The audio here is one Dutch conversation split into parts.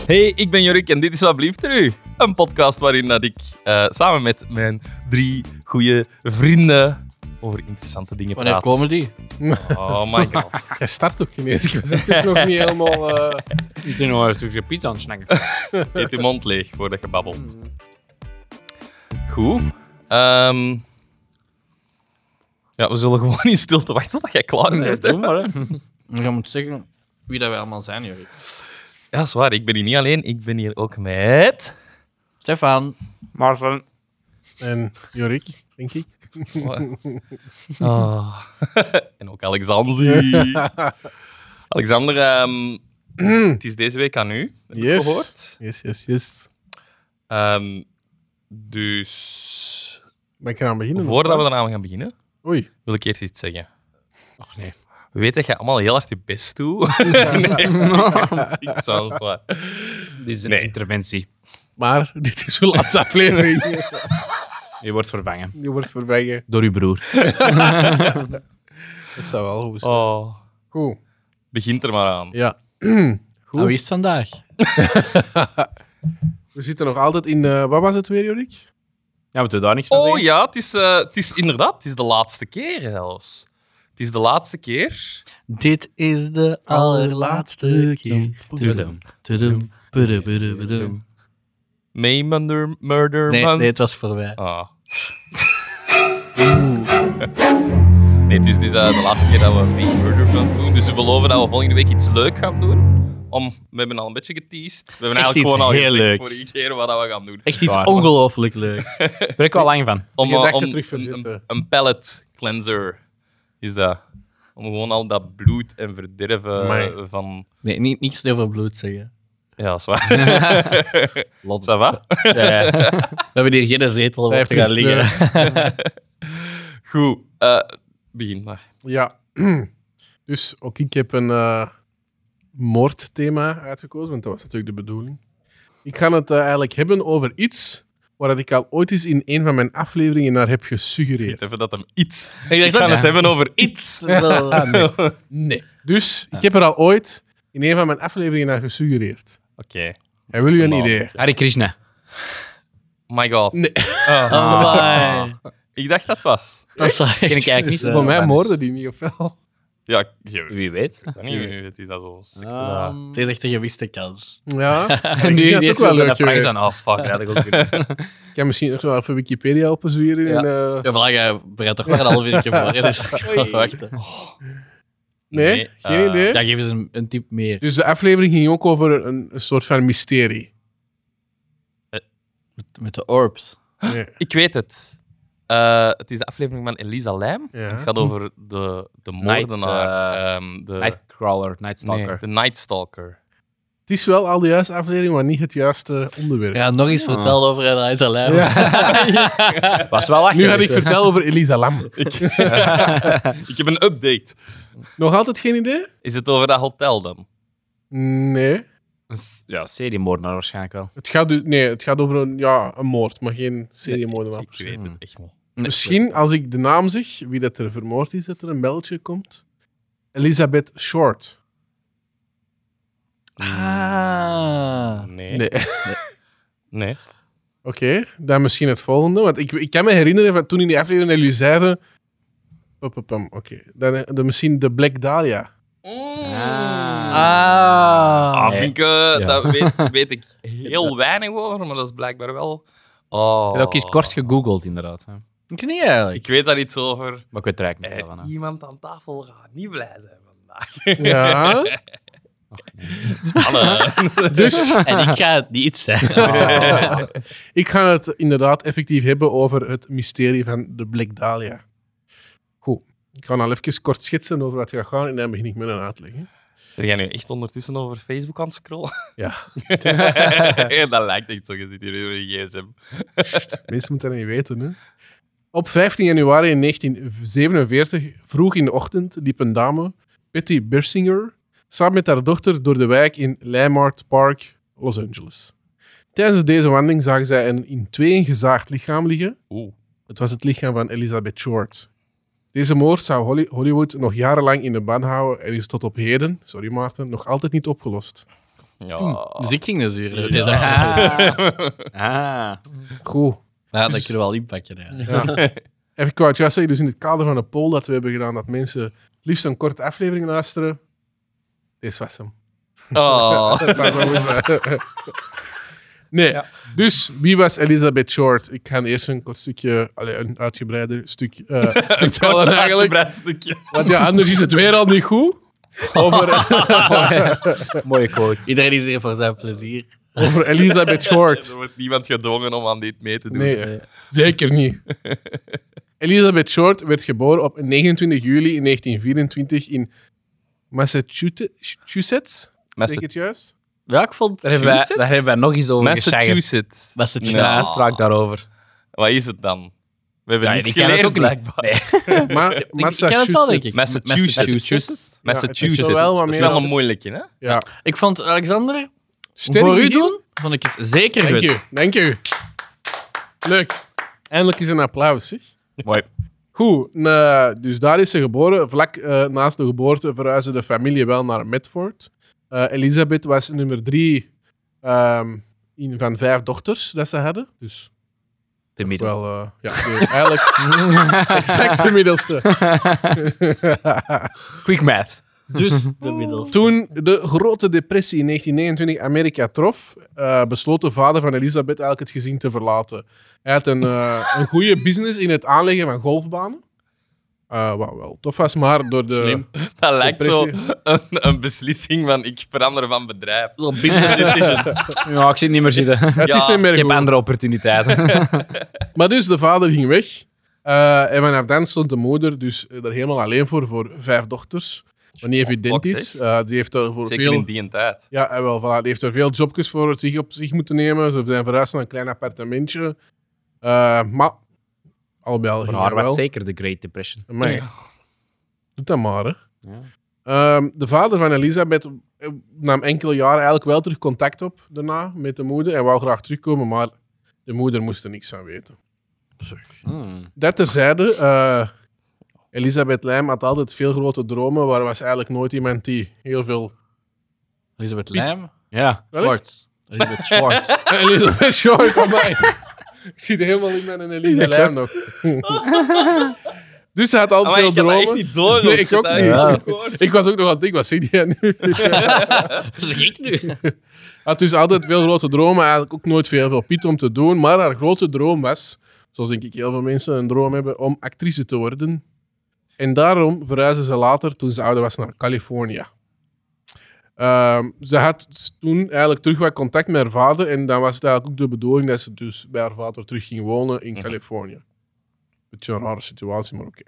Hey, ik ben Jorik en dit is Wat Blieft er U. Een podcast waarin dat ik samen met mijn 3 goede vrienden over interessante dingen Wanneer praat. komen die? Oh my god. Jij start ook ineens. Ik was even nog niet helemaal... Ik denk nog een stukje pizza aan het snacken. Eet je mond leeg voordat je babbelt. Goed. Ja, we zullen gewoon in stilte wachten tot jij klaar bent. Doe maar, hè. Je moet zeggen wie dat wij allemaal zijn, Jorik. Ja, is waar. Ik ben hier niet alleen. Ik ben hier ook met... Stefan. Marcel. En Jorik, denk ik. Oh. En ook Alexander. Alexander, het is deze week aan u. Heb ik gehoord. Yes. Dus Ben ik eraan beginnen? voordat we eraan gaan beginnen, Oei. wil ik eerst iets zeggen. Och nee. We weten dat je allemaal heel hard je best doet. Nee, dat is zo zwaar. Dit is een Nee. interventie. Maar dit is de laatste aflevering. Je wordt vervangen. Je wordt voorbij. Door uw broer. Dat zou wel goed zijn. Oh, Goed. begint er maar aan. Ja. Goed. Wie is het vandaag? We zitten nog altijd in... wat was het weer, Jorik? Ja, moeten we daar niks van Oh zeggen? ja, het is inderdaad, het is de laatste keer zelfs. Het is de laatste keer. Dit is de allerlaatste keer. Tudum, tudum, tudum, tudum, tudum. May Murder Nee, Month. nee, het was voorbij. Ah. Nee, het is de laatste keer dat we May Murder Month doen. Dus we beloven dat we volgende week iets leuk gaan doen. We hebben al een beetje geteased. We hebben Echt eigenlijk gewoon al iets heel gezegd leuks. vorige keer wat we gaan doen. Echt iets Zwaar. ongelooflijk leuks. Daar spreek ik al lang van. Om, Je gedachten om terugverzetten. een palate cleanser is dat. Om gewoon al dat bloed en verderven Amai. van... Nee, niets over bloed zeggen. Ja, dat is waar. Lot. Ça va? Ja. We hebben hier geen zetel om Hij op te heeft gaan geen liggen. Goed. Begin maar. Ja. Dus ook ik heb een moordthema uitgekozen, want dat was natuurlijk de bedoeling. Ik ga het eigenlijk hebben over iets waar ik al ooit eens in een van mijn afleveringen naar heb gesuggereerd. Even dat hem iets... Ik dacht Ik ga ook, het hebben over iets. Nee. Dus ik heb er al ooit in een van mijn afleveringen naar gesuggereerd. Oké. En wil u een Kom aan. idee? Hare Krishna. My god. Nee. Amai. Ik dacht dat was. Dat zou echt dus, ken ik eigenlijk niet Voor zo. mij moorden die niet, of wel? Ja, Wie weet. ik weet dat niet. Het is dat zo sick. Het is echt een gewiste kans. Ja. En nu dat is ook wel het leuk een vraag geweest. aan. Oh, fuck. Ja, dat gaat goed. Ik kan misschien nog wel even Wikipedia openzwieren. Ja. En, Ja, voilà, je bereidt toch maar een half uurtje voor. Ja, dus ik ga even wachten. nee, geen idee. Ja, geef eens een tip meer. Dus de aflevering ging ook over een soort van mysterie. Met de orbs. Nee. Ik weet het. Het is de aflevering van Elisa Lam. Ja. Het gaat over de moordenaar. De Nightcrawler, Nightstalker. Nee, de Night Stalker. Het is wel al de juiste aflevering, maar niet het juiste onderwerp. Ja, nog eens verteld over Eliza Lam. Ja. Was wel lachen. Nu ga ik vertellen over Elisa Lam. Ik heb een update. Nog altijd geen idee? Is het over dat hotel dan? Nee. Ja, seriemoordenaar waarschijnlijk wel. Het gaat over een moord, maar geen seriemoordenaar. Ik weet het echt niet. Misschien, als ik de naam zeg, wie dat er vermoord is, dat er een belletje komt. Elizabeth Short. Ah. Nee. Nee. Nee. Oké, dan misschien het volgende. Want ik kan me herinneren van toen in die aflevering dat jullie zeiden... Oké, dan misschien de Black Dahlia. Vind ik, daar weet ik heel weinig over, maar dat is blijkbaar wel... Oh. Ik heb ook eens kort gegoogeld, inderdaad. Hè. Ik weet niet eigenlijk. Ik weet daar iets over. Maar ik weet er eigenlijk niet veel van. Hè. Iemand aan tafel gaat niet blij zijn vandaag. Ja. Spannend. Dus En ik ga het niet zeggen. ik ga het inderdaad effectief hebben over het mysterie van de Black Dahlia. Goed. Ik ga al even kort schetsen over wat gaat gaan en dan begin ik met een uitleg. Hè. Zeg jij nu echt ondertussen over Facebook aan het scrollen? Ja, Dat lijkt echt zo. Je zit hier in je gsm. mensen moeten dat niet weten. Hè. Op 15 januari 1947, vroeg in de ochtend, liep een dame, Betty Bersinger, samen met haar dochter door de wijk in Leimert Park, Los Angeles. Tijdens deze wandeling zagen zij een in tweeën gezaagd lichaam liggen. Oeh. Het was het lichaam van Elizabeth Short. Deze moord zou Hollywood nog jarenlang in de ban houden en is tot op heden, sorry Maarten, nog altijd niet opgelost. Ja. Dus ik ging zuren. Goed. Ja, dat kunnen we wel inpakken. Ja. Ja. Even ik wou het juist zeggen, dus in het kader van een poll dat we hebben gedaan, dat mensen liefst een korte aflevering luisteren. Deze was hem. Oh. Dat zou zo zijn. Nee, dus wie was Elizabeth Short? Ik ga eerst een kort stukje, een uitgebreider stukje vertellen eigenlijk. Uitgebreid stukje. Want ja, anders is het weer al niet goed. Mooie quote. Iedereen is hier voor zijn plezier. Over Elizabeth Short. Er wordt niemand gedwongen om aan dit mee te doen. Nee, zeker niet. Elizabeth Short werd geboren op 29 juli in 1924 in Massachusetts. Zeg ik het juist? Ja, ik vond Daar hebben wij nog eens over geschreven. Massachusetts. De uitspraak daarover. Wat is het dan? We hebben Ja, niks ik ken het geleerd, ook niet. blijkbaar. Nee. Massachusetts. Ik ken het wel, denk ik. Massachusetts. het is wel wat Dat is meer wel een als- moeilijke, hè? Ja. Ik vond, Alexander, Sterk voor u begin. doen, vond ik het zeker Dank goed. u, dank u. Leuk. Eindelijk is een applaus, zeg. Mooi. Goed, dus daar is ze geboren. Vlak naast de geboorte verhuisde de familie wel naar Medford. Elizabeth was nummer 3 van 5 dochters dat ze hadden. Dus De middels. wel, eigenlijk exact de middelste. Quick math. Dus de middels. Toen de grote depressie in 1929 Amerika trof, besloot de vader van Elizabeth eigenlijk het gezin te verlaten. Hij had een goede business in het aanleggen van golfbanen. Wat wel tof was, maar door de... Slim. Dat lijkt zo Depressie. een beslissing van ik verander van bedrijf. Zo'n business decision. Ja, ik zie het niet meer zitten. Het is Ja, niet meer Ik heb goed. andere opportuniteiten. Maar dus de vader ging weg. En vanaf dan stond de moeder dus er helemaal alleen voor 5 dochters. Wat niet evident fuck, is. Die heeft er voor Zeker veel... in die tijd. Ja, wel, voilà, die heeft er veel jobjes voor op zich moeten nemen. Ze zijn verhuisd naar een klein appartementje. Maar al bij al Voor ging haar het wel. was zeker de Great Depression. Amai. Doe dat maar, hè. Ja. De vader van Elizabeth nam enkele jaren eigenlijk wel terug contact op daarna met de moeder en wou graag terugkomen, maar de moeder moest er niks van weten. Dat terzijde, Elizabeth Lijm had altijd veel grote dromen, maar was eigenlijk nooit iemand die heel veel... Elisabeth Lijm. Ja. Schwartz. Elisabeth Schwartz. Elizabeth Short, amai. Ik zit helemaal in mijn Elisa Lijm nog. Dus ze had altijd Amai, veel ik had dat echt dromen. niet door. Nee, ik ook Dat niet. heb ik gehoord. Ik was ook nog aan het denken, wat zeg jij nu? Zeg ik nu? Had dus altijd veel grote dromen, eigenlijk ook nooit veel piet om te doen. Maar haar grote droom was, zoals denk ik heel veel mensen een droom hebben, om actrice te worden. En daarom verhuisde ze later, toen ze ouder was, naar Californië. Ze had toen eigenlijk terug wat contact met haar vader. En dan was het eigenlijk ook de bedoeling dat ze dus bij haar vader terug ging wonen in Californië. Beetje een rare situatie, maar oké.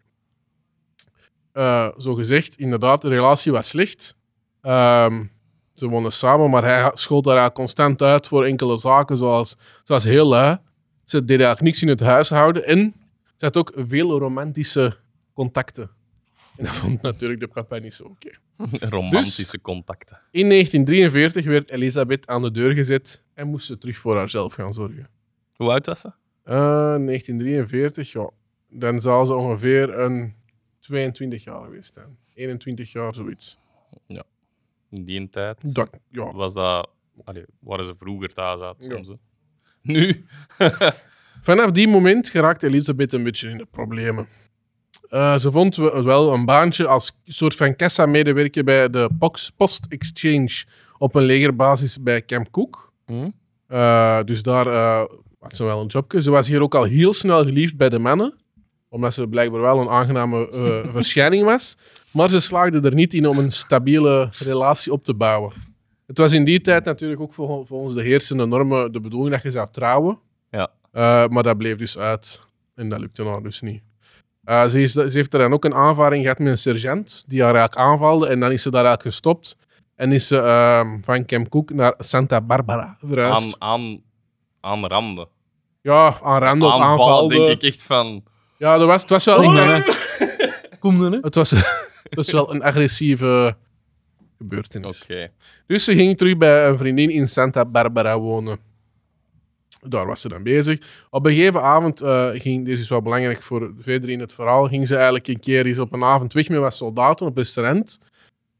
Zo gezegd, inderdaad, de relatie was slecht. Ze woonden samen, maar hij schoot daar eigenlijk constant uit voor enkele zaken, zoals ze was heel lui. Ze deed eigenlijk niks in het huishouden en ze had ook veel romantische contacten. En dat vond natuurlijk de papa niet zo oké. Romantische contacten. In 1943 werd Elizabeth aan de deur gezet en moest ze terug voor haarzelf gaan zorgen. Hoe oud was ze? 1943, ja. Dan zou ze ongeveer een 22 jaar geweest zijn. 21 jaar, zoiets. In die tijd Dat, ja. was dat... Allee, waren ze vroeger thuis uit soms. Hè. Nu? Vanaf die moment geraakte Elizabeth een beetje in de problemen. Ze vond wel een baantje als soort van kassa-medewerker bij de Post Exchange op een legerbasis bij Camp Cook. Dus daar had ze wel een jobje. Ze was hier ook al heel snel geliefd bij de mannen, omdat ze blijkbaar wel een aangename verschijning was. Maar ze slaagde er niet in om een stabiele relatie op te bouwen. Het was in die tijd natuurlijk ook volgens de heersende normen de bedoeling dat je zou trouwen. Ja. Maar dat bleef dus uit. En dat lukte nou dus niet. Ze heeft er dan ook een aanvaring gehad met een sergeant die haar eigenlijk aanvalde. En dan is ze daar eigenlijk gestopt. En is ze van Camp Cook naar Santa Barbara verhuisd. Aan randen. Ja, aan randen of Aanvallen aanvalde. denk ik echt van... Ja, het was wel... Kom dan, hè? Het was wel een agressieve gebeurtenis. Oké. Dus ze ging terug bij een vriendin in Santa Barbara wonen. Daar was ze dan bezig. Op een gegeven avond ging, dit is wel belangrijk voor verder in het verhaal, ging ze eigenlijk een keer eens op een avond weg met wat soldaten op een restaurant.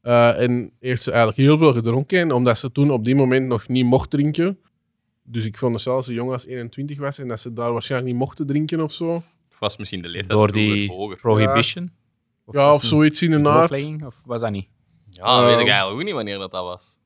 En heeft ze eigenlijk heel veel gedronken. En omdat ze toen op die moment nog niet mocht drinken. Dus ik vond zelfs ze jong als 21 was. En dat ze daar waarschijnlijk niet mochten drinken of zo. Of was misschien de leeftijd Door vroeger die hoger. prohibition? Ja, of zoiets in de naart. Drooglegging? Of was dat niet? Ja, weet ik eigenlijk ook niet wanneer dat was.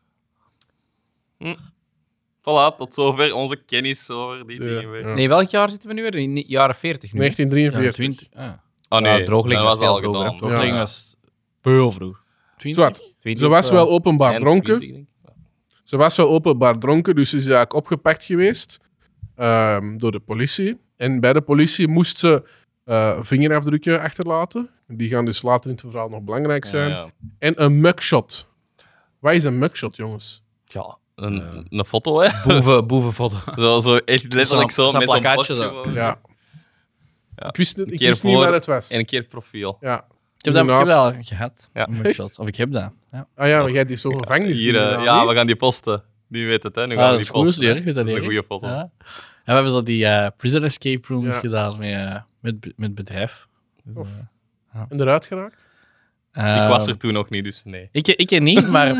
Voilà, tot zover onze kennis over die dingen weer. Ja. Nee, welk jaar zitten we nu weer? In de jaren 40 nu? 1943. Oh nee, drooglegging dat was was al veel vroeger, gedaan. hè. Drooglegging Ja. was veel vroeg. 20? Zwart. 20 Ze was of, wel openbaar Eind dronken. 20, denk ik. Ze was wel openbaar dronken, dus ze is eigenlijk opgepakt geweest door de politie. En bij de politie moest ze vingerafdrukken achterlaten. Die gaan dus later in het verhaal nog belangrijk zijn. Ja. En een mugshot. Wat is een mugshot, jongens? Ja, een foto, hè. boevenfoto. Zo echt letterlijk zo, zo'n met zo'n plakkaatje potje zo. van- Ja. Ja. Ik wist, Een ik keer wist niet voor waar het was. En een keer het profiel. Ja. Ik heb dat Inderdaad. al gehad. Ja. Een mugshot. Of ik heb dat. Ja. Ah ja, maar jij hebt die zo gevangenis. Hier, ja, we gaan die posten. Die weet het, hè. Nu gaan we dat die is goed, posten. leer. hè. Ik weet dat Dat is een leer. goede foto. Ja. En we hebben zo die prison escape rooms Ja. gedaan met bedrijf. Dus, Tof. En eruit geraakt? Ik was er toen nog niet, dus nee. Ik niet, maar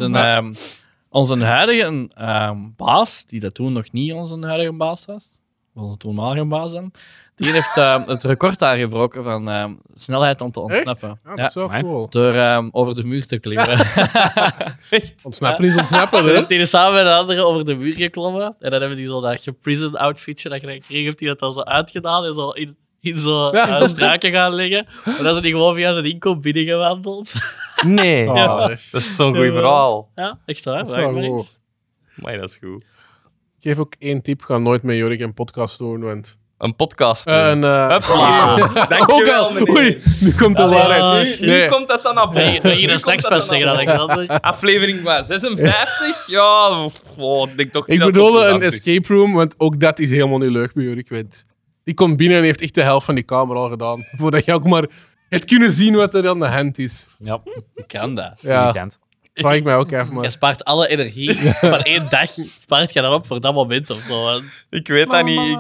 onze huidige baas, die dat toen nog niet onze huidige baas was, onze toenmalige baas dan, die heeft het record aangebroken van snelheid om te ontsnappen. Echt? Ja, dat is wel Ja. cool. Door over de muur te klimmen. Ontsnappen is ontsnappen, hè? Die is samen met een andere over de muur geklommen. En dan hebben die zo dat geprison outfitje dat je dan kreeg, heeft hij dat al zo uitgedaan en zo in zo'n Ja. straken gaan liggen. Maar dan zijn die gewoon via de inkoop binnengewandeld. Nee. Zalig. Dat is zo'n goed verhaal. Ja, echt waar. Dat is wel blijkbaar. goed. Maar dat is goed. Ik geef ook één tip. Ga nooit met Jorik een podcast doen, want... Een podcast. Hupsla. Dankjewel, Ook al. meneer. Oei, nu komt de Ah, waarheid. shit. Nu komt dat dan op. Nee, wil je dat straks pas zeggen, Alexander? Aflevering maar 56? Ja, ik denk toch niet Ik dat het bedoelde een opgedacht is. escape room, want ook dat is helemaal niet leuk bij Jorik. Want die komt binnen en heeft echt de helft van die kamer al gedaan. Voordat je ook maar het kunnen zien wat er aan de hand is. Ja, Ik kan dat. Ja, irritant. vraag ik mij ook even. Je Maar. spaart alle energie van één dag. Spaart je daarop voor dat moment of zo. Want Ik weet dat niet.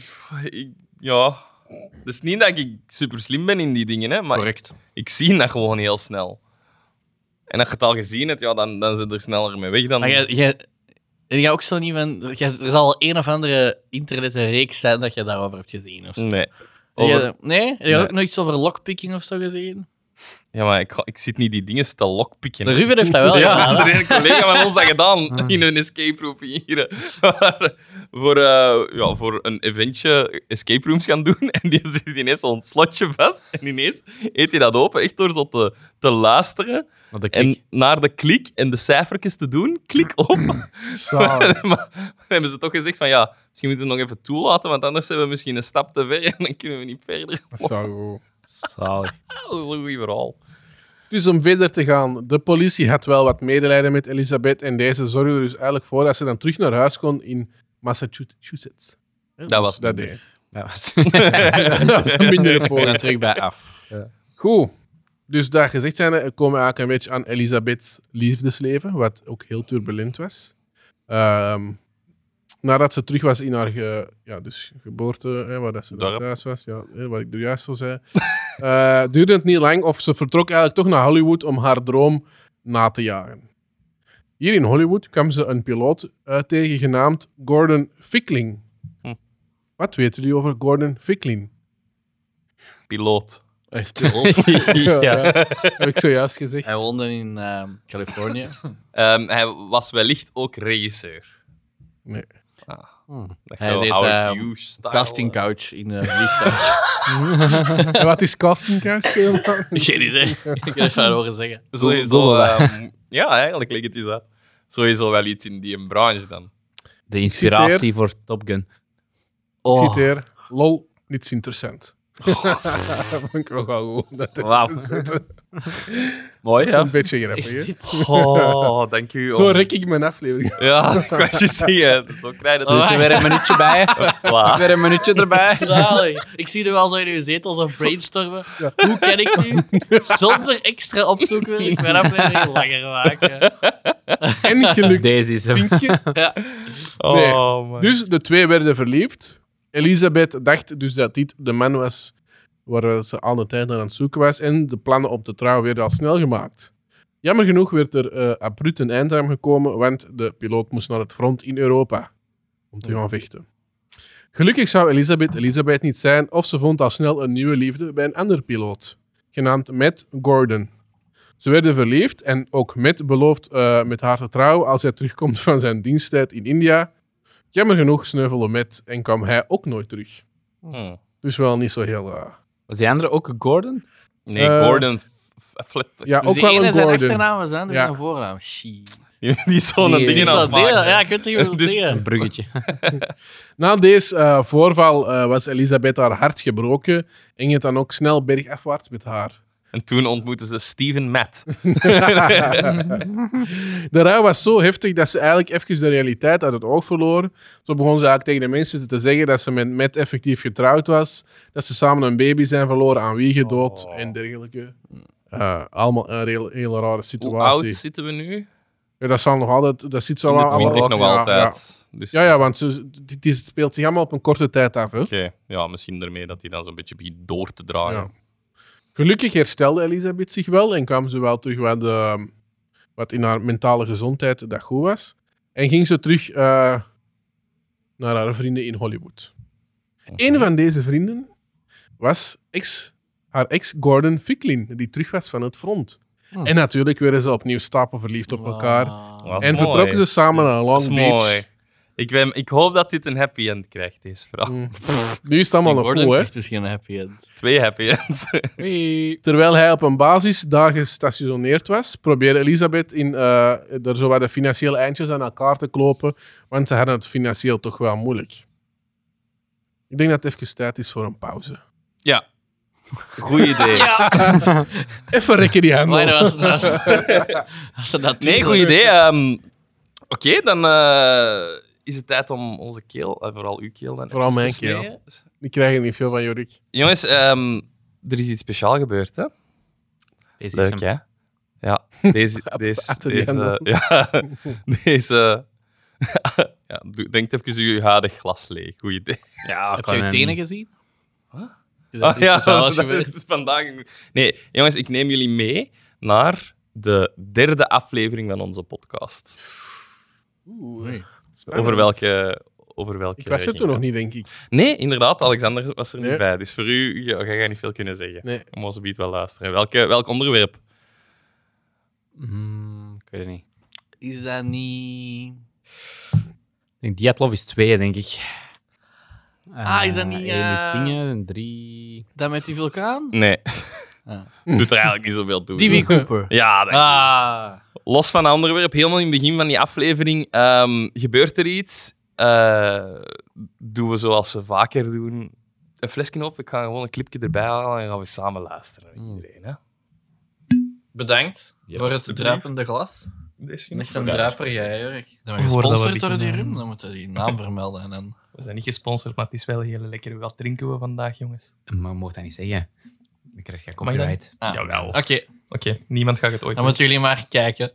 Ja. Het is niet dat ik super slim ben in die dingen, hè, maar Correct. ik zie dat gewoon heel snel. En als je het al gezien hebt, ja, dan zit er sneller mee weg dan... Maar jij ook zo niet van... Er zal al een of andere internetreeks zijn dat je daarover hebt gezien. Of zo. Nee. Nee? Heb je ook nog iets over lockpicking of zo gezien? Ja, maar ik zit niet die dingen te lokpikken. De Ruben heeft dat wel Ja, gedaan. er hè? is een collega van ons dat gedaan in een escape room hier. Voor een eventje escape rooms gaan doen. En die zit ineens zo'n slotje vast. En ineens eet hij dat open, echt door zo te luisteren. Wat een En klik. naar de klik en de cijfertjes te doen. Klik open. Zalig. Maar dan hebben ze toch gezegd van ja, misschien moeten we nog even toelaten, want anders hebben we misschien een stap te ver en dan kunnen we niet verder. Dat is wel goed. Zalig. Dat is een goed verhaal. Dus om verder te gaan, de politie had wel wat medelijden met Elisabeth en deze zorgde er dus eigenlijk voor dat ze dan terug naar huis kon in Massachusetts. Hè, dus was dat minder. deed. Ja, was- Dat was een mindere Ik ben poging. er terug bij af. Goed. Dus dat gezegd zijn, komen we eigenlijk een beetje aan Elisabeth's liefdesleven, wat ook heel turbulent was. Nadat ze terug was in haar geboorte, waar dat ze dan Dorp. thuis was, wat ik er juist zo zei, duurde het niet lang of ze vertrok eigenlijk toch naar Hollywood om haar droom na te jagen. Hier in Hollywood kwam ze een piloot tegen genaamd Gordon Fickling. Wat weten jullie over Gordon Fickling? Piloot. Echt piloot. Ja, heb ik zojuist gezegd. Hij woonde in Californië. Hij was wellicht ook regisseur. Nee. Dat Hij zo deed, Howard Hughes-style. Casting couch in de vliegtuig. En wat is casting couch? Geen idee. Ik kan het wel horen zeggen. Sowieso, ja, eigenlijk ligt het eens uit. Sowieso wel iets in die branche dan. De inspiratie voor Top Gun. Ik citeer, lol, niets interessant. Dat vond ik nog wel goed. Dat Wauw. te zetten. Mooi, ja. Een beetje grappig, Is hè? dit... Oh, dank u. Zo rek ik mijn aflevering. Ja, ik was je zeggen. Zo krijg je Er is het. er weer een minuutje bij. Er is weer een minuutje erbij. Zalig. Ik zie nu wel zo in uw zetel zo brainstormen. Hoe kan ik nu, zonder extra opzoeken, mijn aflevering langer maken? En gelukt. Deze is hem. Pinkske. Ja. Oh, man. Dus de twee werden verliefd. Elisabeth dacht dus dat dit de man was waar ze al de tijd naar aan het zoeken was. En de plannen om te trouwen werden al snel gemaakt. Jammer genoeg werd er abrupt een eind aan gekomen, want de piloot moest naar het front in Europa om te gaan vechten. Gelukkig zou Elizabeth niet zijn, of ze vond al snel een nieuwe liefde bij een andere piloot, genaamd Matt Gordon. Ze werden verliefd en ook Matt belooft met haar te trouwen als hij terugkomt van zijn diensttijd in India. Jammer genoeg sneuvelde Matt en kwam hij ook nooit terug. Dus wel niet zo heel... Was die andere ook Gordon? Nee, Gordon Flip. Ja, Dus ook die wel ene een zijn Gordon. achternaam was en Ja. zijn voornaam. Shit. Die is zo'n Nee, dingen is aan Dat het maken. deel, ja, ik weet niet hoe je Dus- het zeggen. Een bruggetje. Na deze voorval was Elizabeth haar hart gebroken en ging het dan ook snel bergafwaarts met haar. En toen ontmoetten ze Steven Matt. De rouw was zo heftig dat ze eigenlijk even de realiteit uit het oog verloor. Zo begon ze eigenlijk tegen de mensen te zeggen dat ze met Matt effectief getrouwd was, dat ze samen een baby zijn verloren, aan wie gedood en dergelijke. Allemaal een hele rare Hoe situatie. oud zitten we nu? Ja, dat zal nog altijd... Dat zit zo In de allemaal- 20 nog ja, altijd. Dus, Ja, want het speelt zich allemaal op een korte tijd af. Hè? Oké, ja, misschien ermee dat hij dan zo'n beetje begint door te draaien. Ja. Gelukkig herstelde Elizabeth zich wel en kwam ze wel terug wat in haar mentale gezondheid dat goed was. En ging ze terug naar haar vrienden in Hollywood. Een van deze vrienden was haar ex Gordon Ficklin, die terug was van het front. En natuurlijk werden ze opnieuw stapelverliefd op elkaar. Dat is En mooi. vertrokken ze samen naar Dat Long is Beach. mooi. Ik hoop dat dit een happy end krijgt, deze verhaal. Nu is het allemaal nog Gordon goed, hè? krijgt dus geen happy end. 2 happy ends. Terwijl hij op een basis daar gestationeerd was, probeerde Elizabeth er zo wat de financiële eindjes aan elkaar te klopen, want ze hadden het financieel toch wel moeilijk. Ik denk dat het even tijd is voor een pauze. Ja. Goed idee. Even rekken die handen. Maar dat was dat Nee, goed idee. Oké, dan is het tijd om onze keel, vooral uw keel, dan Vooral even mijn te keel. smeren. Die krijgen niet veel van Jorik. Jongens, er is iets speciaals gebeurd, hè? Deze is Leuk, hem. hè? Ja, achter die handen. deze... ja, denk even uw huidig glas leeg. Goed idee. Ja, Heb je je tenen gezien? Is Ah, ja, speciaals dat gebeurd? is vandaag... Nee, jongens, ik neem jullie mee naar de 3e aflevering van onze podcast. Over welke Ik was er ging toen nog het? niet, denk ik. Nee, inderdaad, Alexander was er niet Nee. bij. Dus voor u ga je niet veel kunnen zeggen. Nee. Om ons biedt wel luisteren. Welk onderwerp? Ik weet het niet. Is dat niet... Ik denk Dyatlov is 2, denk ik. Is dat niet... 1 is dingen en 3... Dat met die vulkaan? Nee. Ah. Doet er eigenlijk niet zoveel toe. D.B. Cooper. Ja, denk ik. Ah. Los van het onderwerp, helemaal in het begin van die aflevering gebeurt er iets. Doen we zoals we vaker doen. Een flesje op, ik ga gewoon een clipje erbij halen en gaan we samen luisteren. Iedereen, hè? Bedankt voor het alsjeblieft. druipende glas. Deze Echt een druiper, jij, Jurk. Dan ben je Voordat we gesponsord door die beginnen. rum, dan moeten we die naam vermelden. En dan... We zijn niet gesponsord, maar het is wel heel lekker. Wat drinken we vandaag, jongens? Maar je mag dat niet zeggen. Dan krijg je Mag je dat? copyright. Ah. Jawel. Oké, Oké, niemand gaat het ooit dan moeten jullie maar kijken.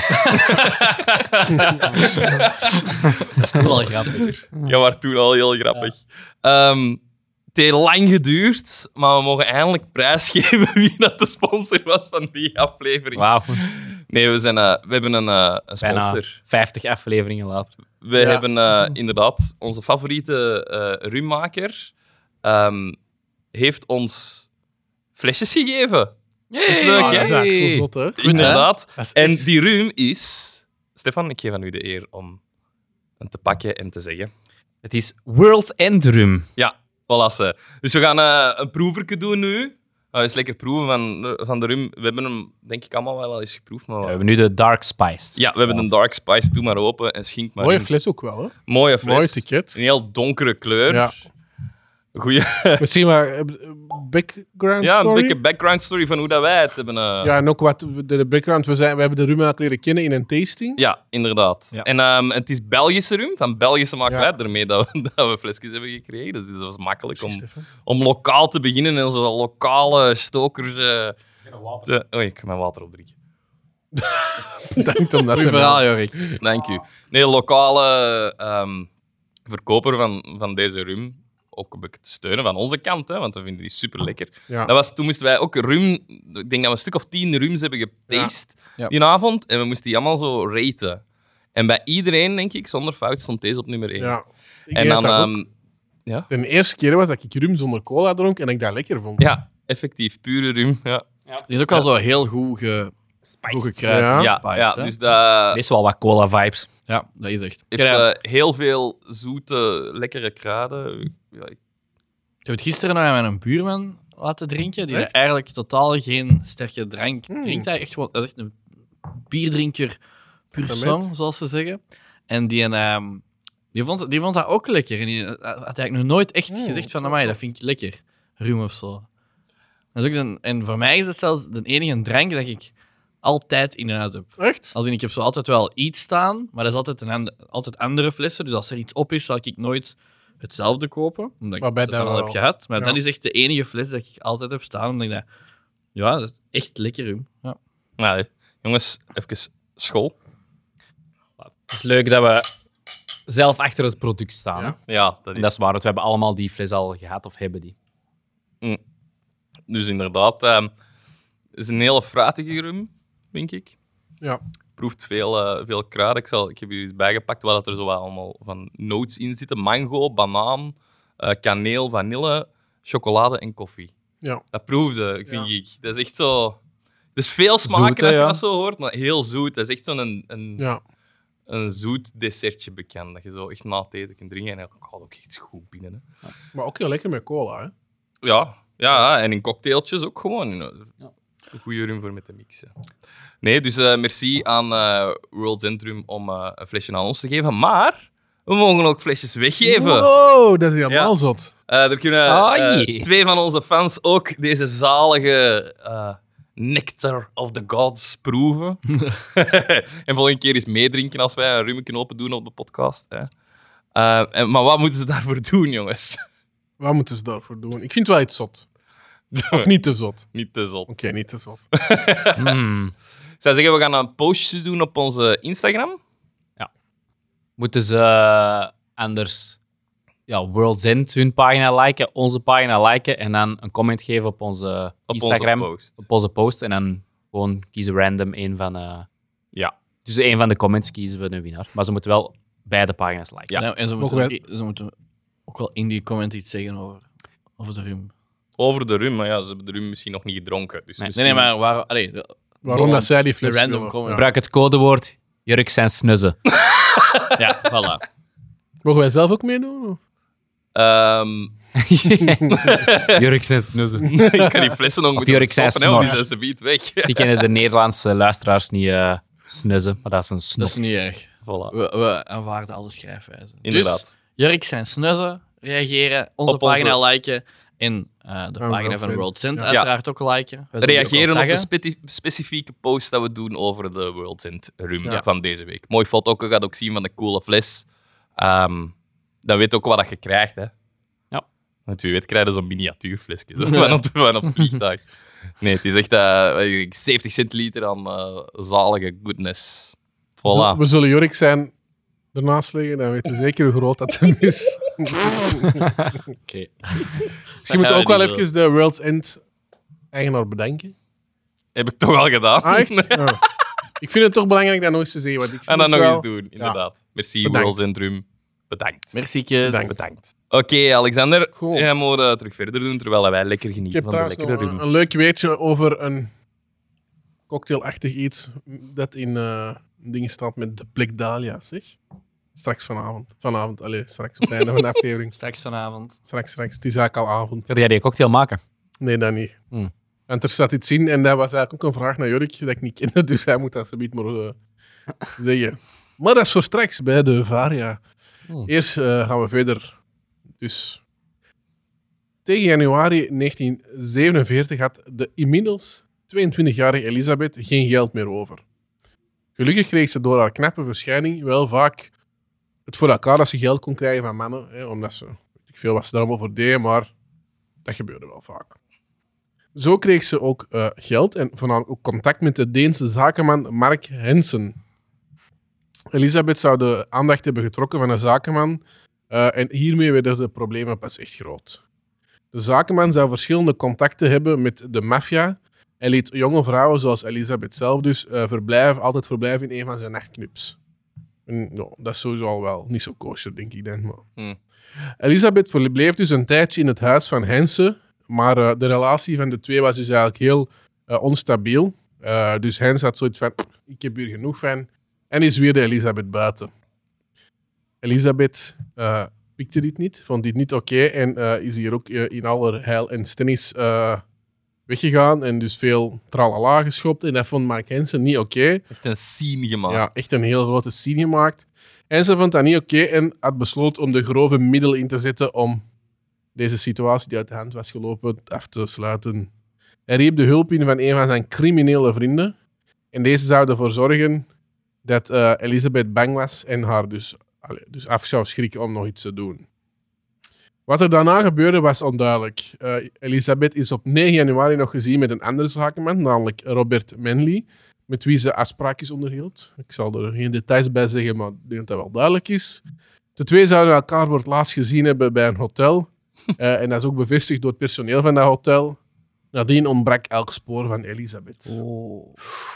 Dat is toch wel grappig. Ja, maar toen al heel grappig. Het heeft lang geduurd, maar we mogen eindelijk prijsgeven wie dat de sponsor was van die aflevering. Wauw. Nee, we hebben een Bijna sponsor. 50 afleveringen later. We hebben inderdaad onze favoriete rummaker heeft ons flesjes gegeven. Dat is leuk, Ah, hè? dat is eigenlijk zo zot, hè? Inderdaad. Dat is En echt- die rum is... Stefan, ik geef aan u de eer om hem te pakken en te zeggen. Het is World's End Rum. Ja, voilà. Ze. Dus we gaan een proeverke doen nu. Eens lekker proeven van de rum. We hebben hem, denk ik, allemaal wel eens geproefd. Maar... We hebben nu de Dark Spiced. Ja, we hebben een Dark Spice. Doe maar open en schink maar Mooie in. fles ook wel, hè? Mooie fles. Mooi etiket. Een heel donkere kleur. Ja. Goeie. Misschien maar background Ja, een story? beetje background story van hoe dat wij het hebben. Ja, en ook wat de background. We hebben de rum eigenlijk leren kennen in een tasting. Ja, inderdaad. Ja. En het is Belgische rum, van Belgische makelij. Ja. Daarmee dat we flesjes hebben gekregen. Dus dat was makkelijk Stefan. om lokaal te beginnen en zo lokale stokers Oei, ik ga mijn water opdrinken. Bedankt om dat Goeie te verhaal, Jorik. Dank u. Nee, lokale verkoper van deze rum. ook een beetje te steunen van onze kant, hè, want we vinden die super lekker. Ja. Toen moesten wij ook rum... Ik denk dat we een stuk of 10 rums hebben getast Ja. die avond. En we moesten die allemaal zo raten. En bij iedereen, denk ik, zonder fout, stond deze op nummer 1. Ja. Ik En denk dan... dat ook de eerste keer was dat ik rum zonder cola dronk en ik dat lekker vond. ja, effectief. Pure rum. Ja, Die is ook al zo heel goed gekruid. Ja. en ja, gespiced, ja hè? dus dat Best wel wat cola-vibes. Ja, dat is echt. heeft heel veel zoete, lekkere kruiden. Ja, Ik heb het gisteren nog aan mijn buurman laten drinken, die Echt? eigenlijk totaal geen sterke drank drinkt. Hij echt gewoon, dat is echt een bierdrinker pur Met. sang, zoals ze zeggen. En die vond dat ook lekker. En die had eigenlijk nog nooit echt gezegd van, amai, dat vind ik lekker. Rum of zo. Dat is ook en voor mij is het zelfs de enige drank dat ik altijd in huis heb. Echt? Als in, ik heb zo altijd wel iets staan, maar dat is altijd, altijd andere flessen. Dus als er iets op is, zal ik nooit hetzelfde kopen. Omdat ik Waarbij het dan dat al wel- heb gehad. Maar ja. dat is echt de enige fles dat ik altijd heb staan. Omdat ik dat... Ja, dat is echt lekker, rum. Ja. nou, jongens, even school. Het is leuk dat we zelf achter het product staan. Ja. hè. Ja, dat En is... dat is waar, want we hebben allemaal die fles al gehad of hebben die. Dus inderdaad, het is een hele fruitige rum, denk ik. Ja. Proeft veel kruiden. Ik heb hier iets bijgepakt waar dat er zo wat allemaal van notes in zitten. Mango, banaan, kaneel, vanille, chocolade en koffie. Ja. Dat proefde, vind Ja. ik. Dat is echt zo... Het is veel smaken Zoet, hè, als je ja. dat zo hoort, maar heel zoet. Dat is echt zo'n Ja. een zoet dessertje bekend. Dat je zo echt na het eten kunt drinken. En dat gaat ook echt goed binnen. Hè. Maar ook heel lekker met cola, hè? Ja, en in cocktailtjes ook gewoon. Een goede rum voor met te mixen. Nee, dus merci aan World Centrum om een flesje aan ons te geven. Maar we mogen ook flesjes weggeven. Wow, dat is helemaal Ja. zot. Er kunnen Ai. 2 van onze fans ook deze zalige nectar of the gods proeven. En volgende keer eens meedrinken als wij een rummetje open doen op de podcast. Hè. Maar wat moeten ze daarvoor doen, jongens? Wat moeten ze daarvoor doen? Ik vind het wel iets zot. Of niet te zot. Niet te zot. Oké, niet te zot. Ik zou zeggen, we gaan een postje doen op onze Instagram. Moeten ze anders World's End hun pagina liken, onze pagina liken en dan een comment geven op onze Op Instagram, onze post. op onze post en dan gewoon kiezen random een van... Ja. Dus een van de comments kiezen we een winnaar. Maar ze moeten wel beide pagina's liken. Ja. Ja, en Mogen ze moeten ook wel in die comment iets zeggen over de rum. Over de rum, maar ja, ze hebben de rum misschien nog niet gedronken. Dus Nee, misschien- Nee, maar waarom... Waarom dat zij die fles random willen. comment. Ja. Gebruik het codewoord Jurk zijn snuzzen. Ja, voilà. Mogen wij zelf ook meedoen? of? Jurk zijn snuzzen. ik kan die flessen nog moeten Jurk zei stoppen, hè, want die snor. zijn ze biedt weg. Die kennen de Nederlandse luisteraars niet snuzzen, maar dat is een snor. Dat is niet erg. Voilà. We aanvaarden alle schrijfwijzen. Inderdaad. Dus, Jurk zijn snuzzen, reageren, onze Op onze- pagina liken en de pagina World van Cent. World Cent Ja. uiteraard ook liken. We zullen die ook Reageren wel op de taggen. specifieke post dat we doen over de World's End rum Ja. van deze week. Mooi foto, je gaat ook zien van de coole fles. Dan weet je ook wat dat je krijgt. Hè. Ja. Want wie weet krijg je zo'n miniatuurflesje zo, van op het vliegtuig. Nee, het is echt 70 centiliter aan zalige goodness. Voilà. We zullen Jorik zijn ernaast liggen, dan weten we zeker hoe groot dat hem is. Oké. Misschien moeten we ook wel niet even de World's End eigenaar bedanken. Heb ik toch al gedaan. Ah, echt? Ja. Ik vind het toch belangrijk dat nog eens te zeggen. Want ik vind En dan het nog wel- eens doen, inderdaad. Merci, Bedankt. World's End rum. Bedankt. Merci. Bedankt. Oké, Alexander. Goed. Jij moet terug verder doen, terwijl wij lekker Ik genieten heb van de trouwens lekkere nog rum. een leuk weetje over een cocktailachtig iets dat in dingen staat met de blik Dahlia, zeg. Straks vanavond. Allee, straks op het einde van de aflevering. Straks vanavond. Straks. Het is eigenlijk al avond. Ga jij die cocktail maken? Nee, dat niet. Hmm. Want er staat iets in en dat was eigenlijk ook een vraag naar Jurk dat ik niet kende, dus hij moet dat zometeen maar zeggen. Maar dat is voor straks bij de Varia. Eerst gaan we verder. Dus tegen januari 1947 had de inmiddels 22-jarige Elisabeth geen geld meer over. Gelukkig kreeg ze door haar knappe verschijning wel vaak het voor elkaar dat ze geld kon krijgen van mannen, hè, omdat ze, weet ik veel wat ze daar allemaal voor deden, maar dat gebeurde wel vaak. Zo kreeg ze ook geld en voornamelijk ook contact met de Deense zakenman Mark Hensen. Elisabeth zou de aandacht hebben getrokken van een zakenman En hiermee werden de problemen pas echt groot. De zakenman zou verschillende contacten hebben met de maffia. Hij liet jonge vrouwen, zoals Elisabeth zelf dus, altijd verblijven in een van zijn nachtclubs. En, dat is sowieso al wel niet zo kosher, denk ik dan. Maar. Elisabeth verbleef dus een tijdje in het huis van Hense, maar de relatie van de twee was dus eigenlijk heel onstabiel. Dus Hens had zoiets van, ik heb hier genoeg van, en is weer de Elisabeth buiten. Elisabeth pikte dit niet, vond dit niet oké en is hier ook in aller heil en stennis weggegaan en dus veel tralala geschopt. En dat vond Mark Hensen niet oké. Echt een scene gemaakt. Ja, echt een heel grote scene gemaakt. Hensen vond dat niet oké en had besloten om de grove middelen in te zetten om deze situatie die uit de hand was gelopen af te sluiten. Hij riep de hulp in van een van zijn criminele vrienden. En deze zou ervoor zorgen dat Elisabeth bang was en haar dus af zou schrikken om nog iets te doen. Wat er daarna gebeurde was onduidelijk. Elisabeth is op 9 januari nog gezien met een andere zakenman, namelijk Robert Manley, met wie ze afspraakjes onderhield. Ik zal er geen details bij zeggen, maar ik denk dat dat wel duidelijk is. De twee zouden elkaar voor het laatst gezien hebben bij een hotel. En dat is ook bevestigd door het personeel van dat hotel. Nadien ontbrak elk spoor van Elisabeth. Oh.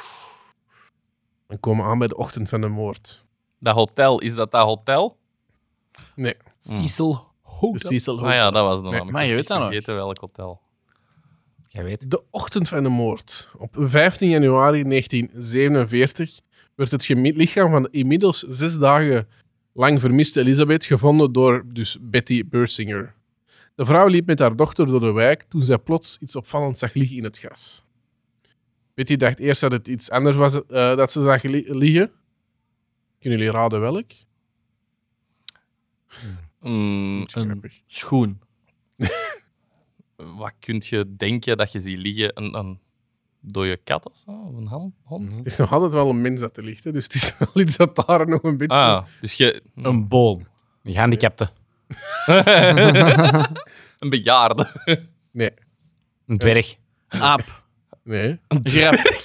We komen aan bij de ochtend van de moord. Dat hotel, is dat hotel? Nee. Cecil De Cecil Ah ja, dat was de Nee, naam. maar Ik je was weet dat nog. vergeten welk hotel. Jij weet. De ochtend van de moord. Op 15 januari 1947 werd het lichaam van de inmiddels 6 dagen lang vermiste Elisabeth gevonden door dus Betty Bersinger. De vrouw liep met haar dochter door de wijk toen zij plots iets opvallends zag liggen in het gras. Betty dacht eerst dat het iets anders was dat ze zag liggen. Kunnen jullie raden welk? Een Grappig. schoen. Wat kun je denken dat je ziet liggen? Een dode kat of zo? Of een hond? Het is nog altijd wel een mens dat er ligt, hè, dus het is wel iets dat daar nog een beetje... Ah, dus je... Een boom. Een gehandicapte. Een bejaarde. Nee, Een dwerg. Een aap. nee. Een giraf.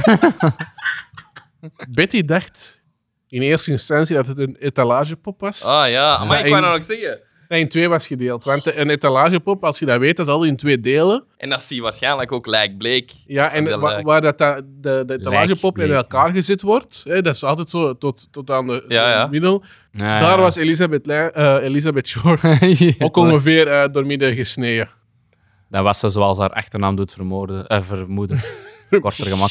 Betty dacht in eerste instantie dat het een etalagepop was. Ah ja, maar ik en- wou nou nog zeggen. Dat in 2 was gedeeld. Want een etalagepop, als je dat weet, dat is al in 2 delen. En dat zie je waarschijnlijk ook lijkbleek. Ja, en Dat lijkt. waar de etalagepop in Lijkbleek, elkaar gezet wordt, hè, dat is altijd zo tot aan de Ja. middel. Ja, Daar ja. was Elisabeth Short ook ongeveer door midden gesneden. Dan was ze zoals haar achternaam doet vermoeden. Korter gemaakt.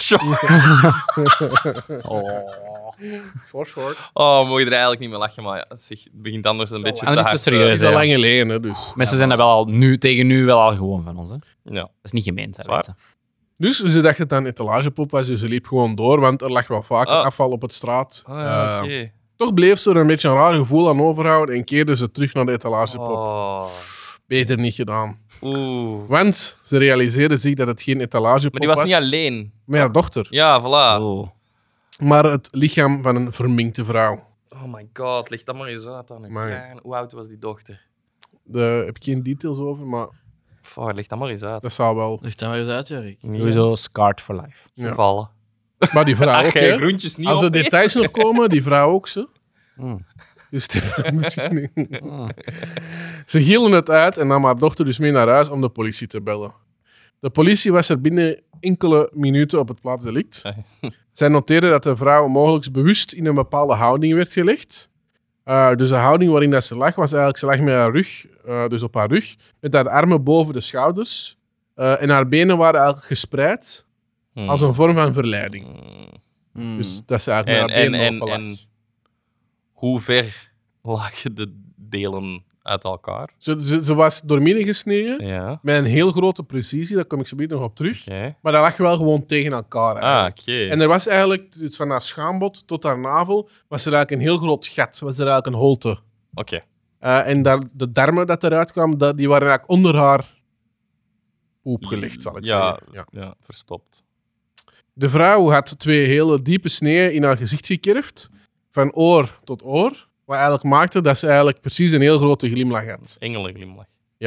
For short. Oh, mocht je er eigenlijk niet meer lachen, maar ja, het begint anders een beetje Anders te is het hard, serieus. Dat is al Ja. lang geleden, hè, dus. Mensen zijn dat wel al tegen nu wel al gewoon van ons. Hè? Dat Ja. is niet gemeen. Dat Zwaar. weet ze. Dus ze dacht dat het een etalagepop was, dus ze liep gewoon door, want er lag wel vaker Ah. afval op het straat. Ah, ja, oké. Toch bleef ze er een beetje een raar gevoel aan overhouden en keerde ze terug naar de etalagepop. Oh. Beter niet gedaan. Oeh. Want ze realiseerde zich dat het geen etalagepop Maar die was niet alleen. met haar dochter, Ja, voilà. Oh. maar het lichaam van een verminkte vrouw. Oh my god, leg dat maar eens uit aan een Maar- klein. Hoe oud was die dochter? Daar heb ik geen details over, maar Fuck, leg dat maar eens uit. dat zou wel... Leg dat maar eens uit, Jorik. Sowieso scarred for life. Ja. Vallen. Maar die vrouw ook, Ach, hè. groentjes niet Als op, er hè? details nog komen, die vrouw ook, ze. Mm. Dus misschien... Ze hielden het uit en nam haar dochter dus mee naar huis om de politie te bellen. De politie was er binnen enkele minuten op het plaatsdelict. Zij noteerden dat de vrouw mogelijk bewust in een bepaalde houding werd gelegd. Dus de houding waarin dat ze lag, was eigenlijk... Ze lag met haar rug, dus op haar rug, met haar armen boven de schouders. En haar benen waren eigenlijk gespreid als een vorm van verleiding. Dus dat ze eigenlijk met haar benen open lag. En hoe ver lagen de delen uit elkaar? Ze was doormidden gesneden, Ja. met een heel grote precisie, daar kom ik zo meteen nog op terug. Oké. Maar dat lag wel gewoon tegen elkaar. Ah, Eigenlijk. oké. En er was eigenlijk, dus van haar schaambod tot haar navel, was er eigenlijk een heel groot gat. Was er eigenlijk een holte. Oké. En de darmen dat eruit kwamen, die waren eigenlijk onder haar poep gelegd, zal ik Ja, zeggen. Ja. ja, verstopt. De vrouw had 2 hele diepe sneeën in haar gezicht gekerfd, van oor tot oor. Wat eigenlijk maakte dat ze eigenlijk precies een heel grote glimlach had. Engelenglimlach.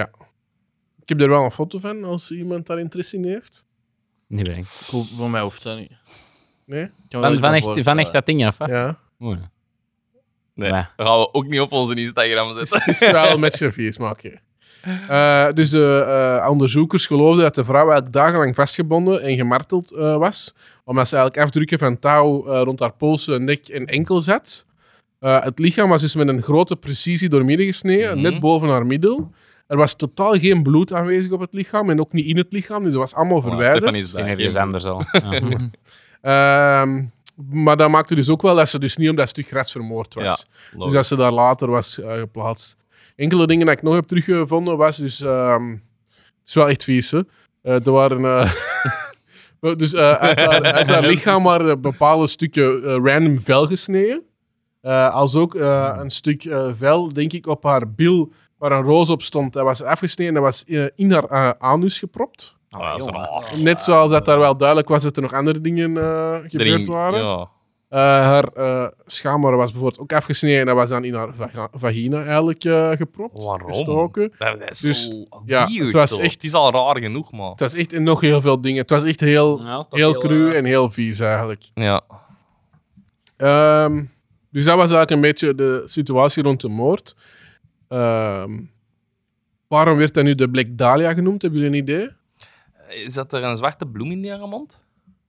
Ik heb er wel een foto van, als iemand daar interesse in heeft. Niet bedenk. Voor mij hoeft dat niet. Nee? Ik kan me dat Van niet echt voorstellen. dat ding af, hè? Ja. Mooi. Nee, Nee. dat gaan we ook niet op onze Instagram zetten. Het is wel met je vies, maar oké. Dus de onderzoekers geloofden dat de vrouw eigenlijk dagenlang vastgebonden en gemarteld was, omdat ze eigenlijk afdrukken van touw rond haar polsen, nek en enkel zat. Het lichaam was dus met een grote precisie doormidden gesneden, net boven haar middel. Er was totaal geen bloed aanwezig op het lichaam en ook niet in het lichaam, dus dat was allemaal verwijderd. Stefan is Misschien daar. ergens anders al. Maar dat maakte dus ook wel dat ze dus niet om dat stuk gras vermoord was. Ja, Dus dat ze daar later was geplaatst. Enkele dingen dat ik nog heb teruggevonden was dus... het is wel echt vies, hè. Er waren... dus uit haar lichaam waren bepaalde stukken random vel gesneden. Als ook een stuk vel, denk ik, op haar bil waar een roos op stond. Dat was afgesneden en dat was in haar anus gepropt. Ah, dat is raar. Net zoals dat daar wel duidelijk was dat er nog andere dingen gebeurd waren. Ja. Haar schaamhaar was bijvoorbeeld ook afgesneden en dat was dan in haar vagina eigenlijk gepropt, Waarom? gestoken. Dat is Dus, zo ja, weird. het was zo. echt- Het is al raar genoeg, man. Het was echt en nog heel veel dingen. Het was echt heel, Ja, toch heel heel, cru en heel vies eigenlijk. Ja. Dus dat was eigenlijk een beetje de situatie rond de moord. Waarom werd dat nu de Black Dahlia genoemd? Hebben jullie een idee? Is dat er een zwarte bloem in die haar mond?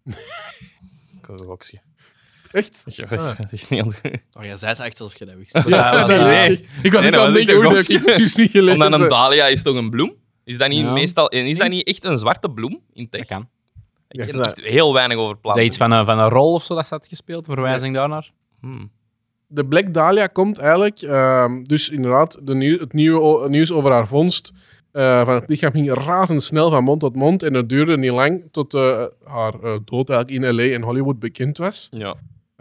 Ik hoor een gokje. Echt? Dat is niet aan het... Oh, jij zei het echt alsof je dat wist. Ja, dat nee. leek echt. Ik was Nee, echt aan dat het was echt denken, een hoe heb ik gokje. precies niet gelezen. Omdat een dahlia is toch een bloem? Is dat niet Ja. meestal... Is dat niet echt een zwarte bloem in Dat tech? kan. Ik Ja, ken dat- echt heel weinig over Is planten. dat iets van een rol of zo dat staat gespeeld? Verwijzing daarnaar? De Black Dahlia komt eigenlijk... dus inderdaad, het nieuws over haar vondst van het lichaam ging razendsnel van mond tot mond. En het duurde niet lang tot haar dood eigenlijk in L.A. en Hollywood bekend was. Ja.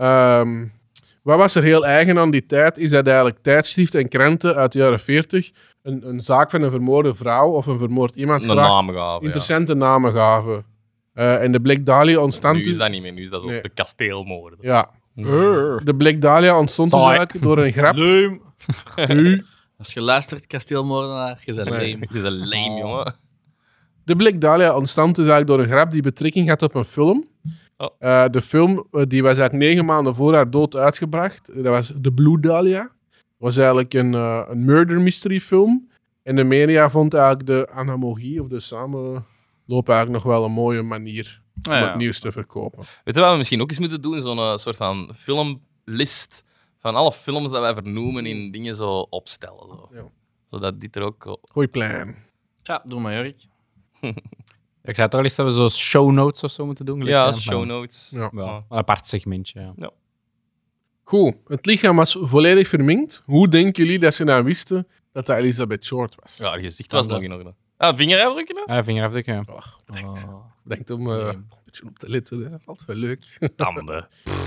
Wat was er heel eigen aan die tijd, is dat eigenlijk tijdschriften en kranten uit de jaren 40 een zaak van een vermoorde vrouw of een vermoord iemand Een graag naam gaven, ja. interessante namen gaven. En de Black Dahlia ontstond... Nu is dat niet meer. Nu is dat zo Nee. de kasteelmoorden. Ja. De Black Dahlia ontstond dus Saai. eigenlijk door een grap. Leum. Nu, Als je luistert, kasteelmoordenaar, je bent leem. Het is een lame, jongen. de Black Dahlia ontstond dus eigenlijk door een grap die betrekking had op een film. Oh. De film die was eigenlijk 9 maanden voor haar dood uitgebracht. Dat was The Blue Dahlia. Dat was eigenlijk een murder mystery film. En de media vond eigenlijk de analogie of de samenloop eigenlijk nog wel een mooie manier om het nieuws te verkopen. Weet je wat we misschien ook eens moeten doen? Zo'n soort van filmlist van alle films dat wij vernoemen in dingen zo opstellen. Zo. Ja. Zodat dit er ook... Goeie plan. Ja, doe maar, Jurk. Ik zei toch al eens dat we zo show notes of zo moeten doen. Ja, gelijk, show notes. Ja. Wel, een apart segmentje. Ja. Goed, het lichaam was volledig verminkt. Hoe denken jullie dat ze nou wisten dat dat Elizabeth Short was? Ja, haar gezicht was nog in orde. Ah, vingerafdrukken? Hè? Ja, vingerafdruk, ja. Denk om een beetje op te letten. Hè. Dat is altijd wel leuk. Tanden.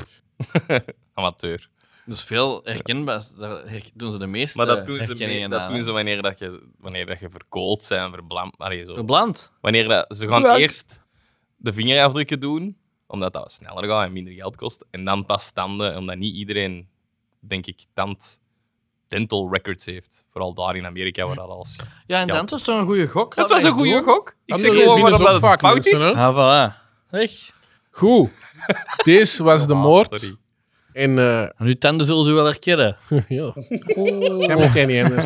Amateur. Dus veel herkenbaar. Daar doen ze de meeste Maar dat doen ze, herkenningen dat aan, doen hè. ze wanneer dat je verkoold bent, verblamd. Allee, zo. Verbland. Wanneer dat, ze gaan Gebruik. eerst de vingerafdrukken doen, omdat dat sneller gaat en minder geld kost. En dan pas tanden, omdat niet iedereen, denk ik, dental records heeft. Vooral daar in Amerika, waar dat alles... Ja, en dat was toch een goede gok? Het Laten was we een eens goede doen. gok. Ik zeg Anderen gewoon vinden waarom ze ook dat het vaak fout mensen, is. hè? Ah, voilà. Zeg. Goed. Deze was de moord. Sorry. En En uw tanden zullen ze wel herkennen. ja, kan me niet anders.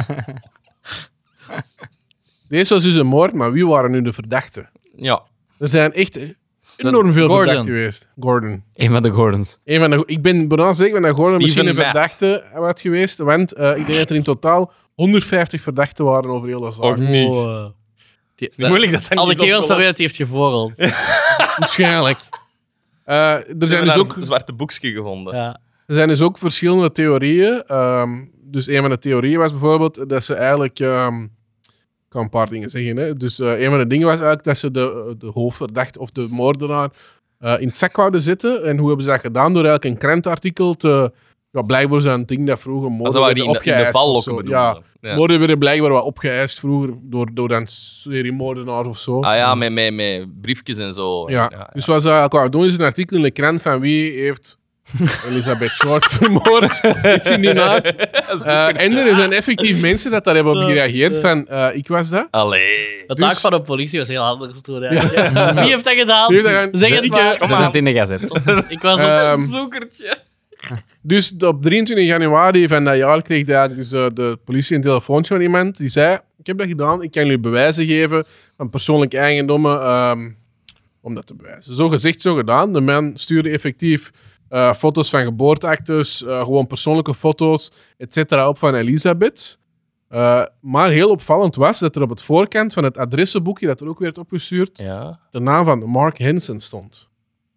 Deze was dus een moord, maar wie waren nu de verdachten? Ja. Er zijn echt enorm veel Gordon. verdachten geweest. Gordon. Een van de Gordons. Ik ben bijna zeker dat Gordon Steven misschien een Matt. verdachte was geweest, want ik denk dat er in totaal 150 verdachten waren over heel de zaak. Ook niet. Die, Niet moeilijk dat dat Alle niet is kerels opgelost. waar het heeft gevorreld. Waarschijnlijk. Er Ze zijn hebben dus daar ook... een zwarte boekje gevonden. Ja. Er zijn dus ook verschillende theorieën. Dus een van de theorieën was bijvoorbeeld dat ze eigenlijk... ik kan een paar dingen zeggen. Hè. Dus een van de dingen was eigenlijk dat ze de hoofdverdachte of de moordenaar in het zak wouden zetten. En hoe hebben ze dat gedaan? Door eigenlijk een krantartikel te... Ja, blijkbaar zo'n ding dat vroeger Maar moorden ze waren werden die in de opgeëist val of lokken zo. bedoelde. Ja, moorden werden blijkbaar wat opgeëist vroeger door een serie moordenaars of zo. Ah ja, met briefjes en zo. Ja. Dus wat ze eigenlijk wouden doen, is een artikel in de krant van wie heeft Elizabeth Short vermoord. Iets in die naam. En er zijn effectief mensen dat daar hebben op gereageerd van, ik was dat. Allee. De Dus- taak van de politie was heel anders toen. Eigenlijk. Ja. Wie heeft dat gedaan? Wie heeft dat gedaan? Zeg het Ik, maar. Zet het in de gazet. Ik was Ehm, op Zoekertje. Dus op 23 januari van dat jaar kreeg dus, de politie een telefoontje van iemand die zei: ik heb dat gedaan, ik kan jullie bewijzen geven van persoonlijke eigendommen om dat te bewijzen. Zo gezegd, zo gedaan. De man stuurde effectief foto's van geboorteactes, gewoon persoonlijke foto's, etc. op van Elisabeth. Maar heel opvallend was dat er op het voorkant van het adressenboekje dat er ook werd opgestuurd, Ja. de naam van Mark Hansen stond.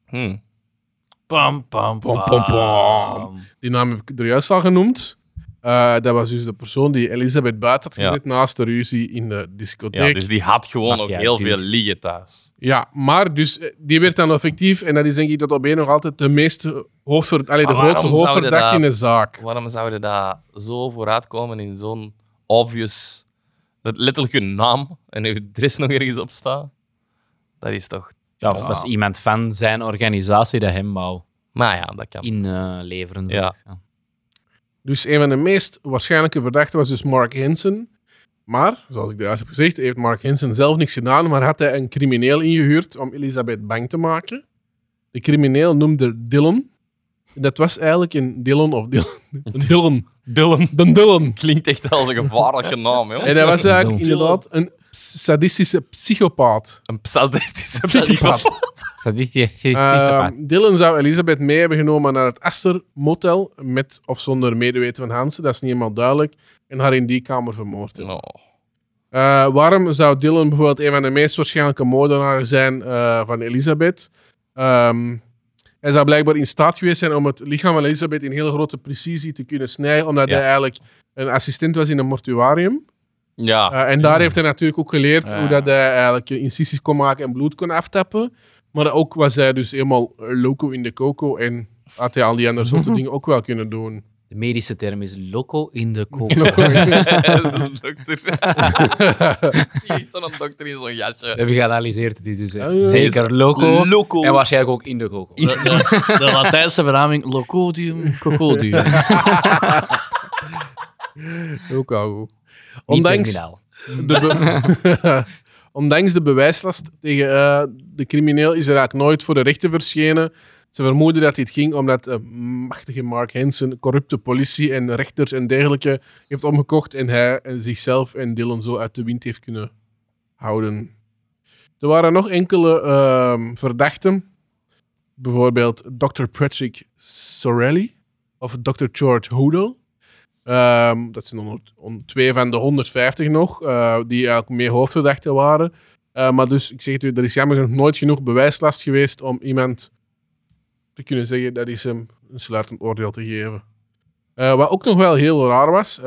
Pam, pam, pam. Pom, pom, pom. Die naam heb ik er juist al genoemd. Dat was dus de persoon die Elisabeth buiten had gezet naast de ruzie in de discotheek. Ja, dus die had gewoon nog Mafia, heel dude. veel liggen thuis. Ja, maar dus die werd dan effectief, en dat is denk ik tot op één nog altijd de grootste waarom zouden hoofdverdachte dat- in de zaak. Waarom zouden dat zo vooruitkomen in zo'n obvious... Dat letterlijk hun naam en uw adres nog ergens op staat? Dat is toch... Ja, of was iemand van zijn organisatie dat hem wou Maar ja, dat kan. inleveren. Ja. Dus een van de meest waarschijnlijke verdachten was dus Mark Hansen. Maar, zoals ik juist heb gezegd, heeft Mark Hansen zelf niks gedaan, maar had hij een crimineel ingehuurd om Elisabeth bang te maken. De crimineel noemde Dylan. Dat was eigenlijk een Dylan of Dylan. Dylan. De Dylan. Klinkt echt als een gevaarlijke naam, joh. En hij was eigenlijk inderdaad een sadistische psychopaat. Een sadistische Psychopaat. Dylan zou Elisabeth mee hebben genomen naar het Astor Motel, met of zonder medeweten van Hansen, dat is niet helemaal duidelijk, en haar in die kamer vermoord hebben. Waarom zou Dylan bijvoorbeeld een van de meest waarschijnlijke moordenaars zijn van Elisabeth? Hij zou blijkbaar in staat geweest zijn om het lichaam van Elisabeth in hele grote precisie te kunnen snijden, omdat hij eigenlijk een assistent was in een mortuarium. Ja. En daar heeft hij natuurlijk ook geleerd hoe dat hij eigenlijk incisies kon maken en bloed kon aftappen. Maar ook was hij dus helemaal loco in de coco en had hij al die andere soorten dingen ook wel kunnen doen. De medische term is loco in de kool. Dat is een dokter. Echt zo'n dokter in zo'n jasje. We hebben geanalyseerd, het is dus echt ja. zeker loco. Loco. En waarschijnlijk ook in de coco. De Latijnse benaming Locodium cocodium. Ook al goed. Niet Ondanks terminaal. Ondanks de bewijslast tegen de crimineel is er eigenlijk nooit voor de rechter verschenen. Ze vermoeden dat dit ging omdat machtige Mark Hansen corrupte politie en rechters en dergelijke heeft omgekocht en hij zichzelf en Dylan zo uit de wind heeft kunnen houden. Er waren nog enkele verdachten. Bijvoorbeeld Dr. Patrick Sorelli of Dr. George Hoodle. Dat zijn twee van de 150 nog, die eigenlijk meer hoofdverdachten waren. Maar dus, ik zeg het u, er is jammer genoeg nooit genoeg bewijslast geweest om iemand te kunnen zeggen dat is hem een sluitend oordeel te geven. Wat ook nog wel heel raar was,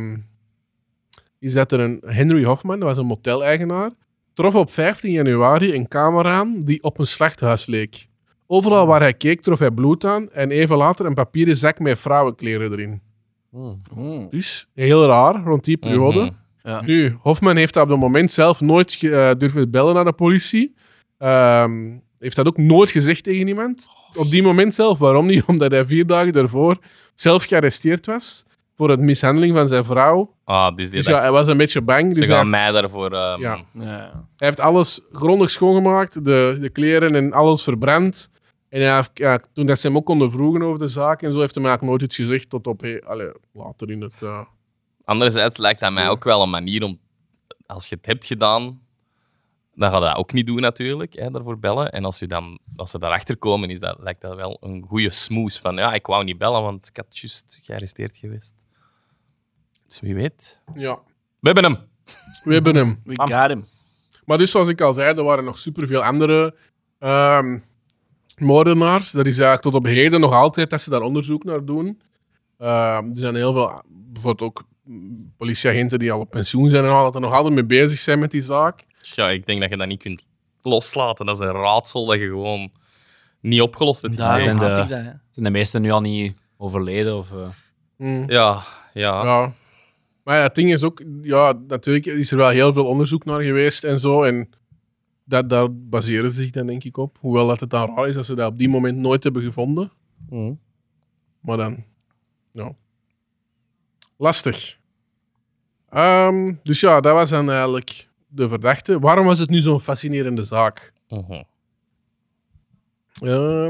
is dat er een Henry Hoffman, dat was een moteleigenaar, trof op 15 januari een kamer aan die op een slachthuis leek. Overal waar hij keek, trof hij bloed aan en even later een papieren zak met vrouwenkleren erin. Dus heel raar, rond die periode. Ja. Nu, Hofman heeft dat op dat moment zelf nooit durven bellen naar de politie. Heeft dat ook nooit gezegd tegen iemand. Op die moment zelf. Waarom niet? Omdat hij 4 dagen daarvoor zelf gearresteerd was voor het mishandeling van zijn vrouw. Dus die Dus dacht, hij was een beetje bang. ze Dus gaan mij daarvoor... Ja. Ja. hij heeft alles grondig schoongemaakt, de kleren en alles verbrand. En hij heeft, toen dat ze hem ook konden vroegen over de zaak en zo, heeft hij eigenlijk nooit iets gezegd tot op later in het... Anderzijds lijkt dat mij ook wel een manier om... Als je het hebt gedaan, dan ga je dat ook niet doen natuurlijk, hè, daarvoor bellen. En als ze daarachter komen, lijkt dat wel een goede smoes. Van ja, ik wou niet bellen, want ik had juist gearresteerd geweest. Dus wie weet. Ja, We hebben hem. we hebben hem. We got him. Maar dus, zoals ik al zei, er waren nog superveel andere moordenaars. Er is eigenlijk tot op heden nog altijd dat ze daar onderzoek naar doen. Er zijn heel veel, bijvoorbeeld ook politieagenten die al op pensioen zijn en al, dat er nog altijd mee bezig zijn met die zaak. Ja, ik denk dat je dat niet kunt loslaten. Dat is een raadsel dat je gewoon niet opgelost hebt. Daar zijn had de- ik dat, hè. Zijn de meesten nu al niet overleden? Of, Ja. Ja. Maar ja, het ding is ook, ja, natuurlijk is er wel heel veel onderzoek naar geweest en zo. En daar baseren ze zich dan denk ik op. Hoewel dat het dan raar is dat ze dat op die moment nooit hebben gevonden. Maar dan, ja. Lastig. Dus ja, dat was dan eigenlijk de verdachte. Waarom was het nu zo'n fascinerende zaak? Mhm.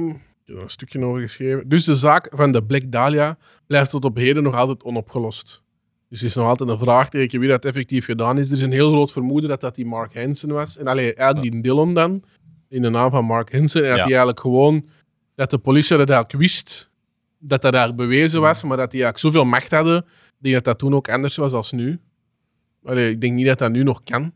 heb er een stukje over geschreven. Dus de zaak van de Black Dahlia blijft tot op heden nog altijd onopgelost. Dus er is nog altijd een vraagteken wie dat effectief gedaan is. Er is een heel groot vermoeden dat dat die Mark Hansen was. En eigenlijk die Dillon dan, in de naam van Mark Hansen. En dat hij eigenlijk gewoon, dat de politie dat eigenlijk wist, dat eigenlijk bewezen was, maar dat die eigenlijk zoveel macht hadden. Ik denk dat dat toen ook anders was als nu. Ik denk niet dat dat nu nog kan.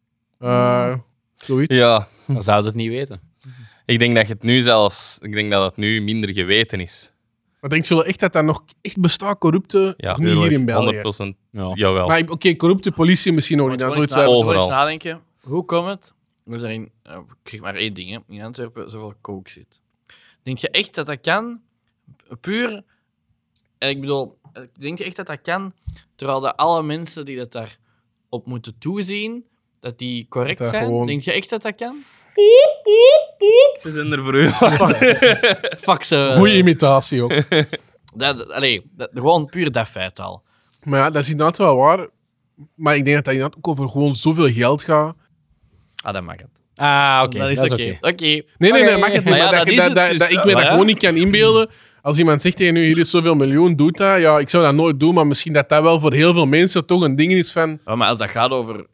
Zoiets. Ja, Dan zou het niet weten. ik denk dat het nu zelfs... Ik denk dat het nu minder geweten is. Maar denk je wel echt dat dat nog echt bestaat, corrupte? Ja, Of niet hier in België? 100%. Ja. Jawel. Maar oké, corrupte politie misschien nog niet. Maar Dan het zoiets gewoon zijn. eens overal. nadenken. Hoe komt het? We zijn ik kreeg maar één ding, hè. In Antwerpen zoveel coke zit. Denk je echt dat dat kan? Puur... Ik bedoel, denk je echt dat dat kan? Terwijl de alle mensen die dat daar op moeten toezien, dat die correct Dat zijn? gewoon- Denk je echt dat dat kan? Ze zijn er voor u. Fuck ze. Goeie imitatie ook. Gewoon puur dat feit al. Maar ja, dat is inderdaad wel waar. Maar ik denk dat dat inderdaad ook over gewoon zoveel geld gaat. Ah, dat mag het. Oké. Dat is dat is oké. oké. Oké. Nee, mag het niet. Maar ja, Maar dat dat, is dat, het dat, dus dat ik wel, me dat ja. gewoon niet kan inbeelden. Als iemand zegt tegen nu, hier is zoveel miljoen, doet dat. Ja, ik zou dat nooit doen, maar misschien dat dat wel voor heel veel mensen toch een ding is van... Ja, maar als dat gaat over...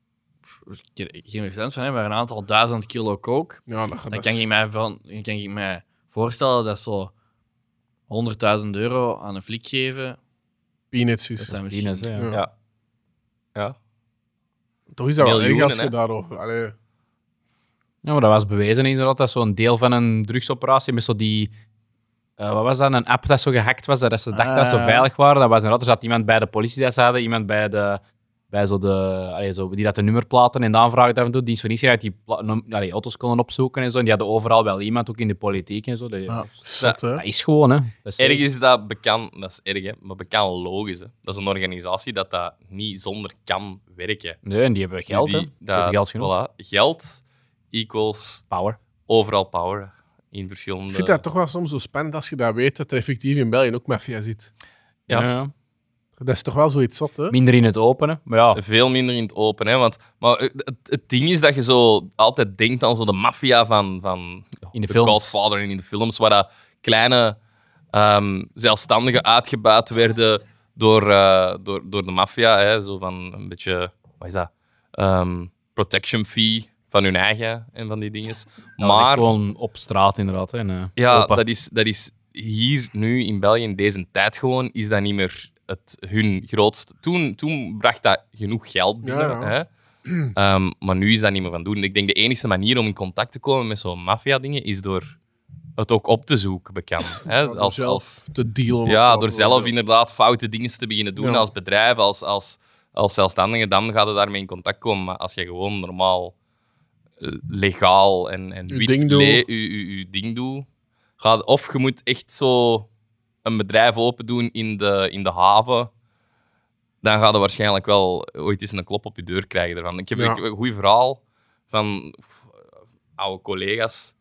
Geen verstand van, hè, maar een aantal 1000 kilo coke, Ja, dan kan ik mij voorstellen dat zo 100.000 euro aan een flik geven. Peanuts is. Dat misschien... Peanuts, hè, ja. Ja. Ja. Toch is dat wel erg Miljoenen, als je hè? daarover... Allee. Ja, maar dat was bewezen inderdaad. Dat zo'n deel van een drugsoperatie met zo die... wat was dat? Een app dat zo gehackt was, dat ze dachten dat ze zo veilig waren. Dat was inderdaad, er zat iemand bij de politie dat ze hadden, iemand bij zo die dat de nummerplaten en de aanvragen daarvan doet, dienst van inzicht, die auto's konden opzoeken en zo. En die hadden overal wel iemand, ook in de politiek en zo. Zot, hè? Dat is gewoon, hè. Dat is Erg is dat bekend, dat is erg, hè, maar bekend logisch. Hè. Dat is een organisatie dat niet zonder kan werken. Nee, en die hebben geld, Dus hè. die- Die hebben geld genoeg. Voilà, geld equals Power. overal power in verschillende... Ik vind dat toch wel soms zo spannend als je dat weet, dat er effectief in België ook maffia zit. Ja. Ja. Dat is toch wel zoiets zot, hè? Minder in het open, hè. Maar ja, Veel minder in het open. Hè? Maar het ding is dat je zo altijd denkt aan zo de maffia van in de The films. Godfather en in de films, waar dat kleine zelfstandigen uitgebuit werden door de maffia. Hè? Zo van een beetje, wat is dat? Protection fee van hun eigen en van die dingen. dat was echt Maar gewoon op straat inderdaad. Hè. En, ja, open. dat is hier nu in België in deze tijd gewoon, is dat niet meer hun grootste... Toen bracht dat genoeg geld binnen. Ja, ja. Hè? Maar nu is dat niet meer van doen. Ik denk de enige manier om in contact te komen met zo'n maffia-dingen is door het ook op te zoeken, bekend. Hè? Door zelf te dealen. Ja, of zo. door zelf inderdaad foute dingen te beginnen doen Ja. als bedrijf, als zelfstandige, dan ga je daarmee in contact komen. Maar als je gewoon normaal legaal en Uw wit ding doet. je ding doet, of je moet echt zo een bedrijf open doen in de haven, dan ga je waarschijnlijk wel ooit eens een klop op je deur krijgen ervan. Ik heb een goed verhaal van oude collega's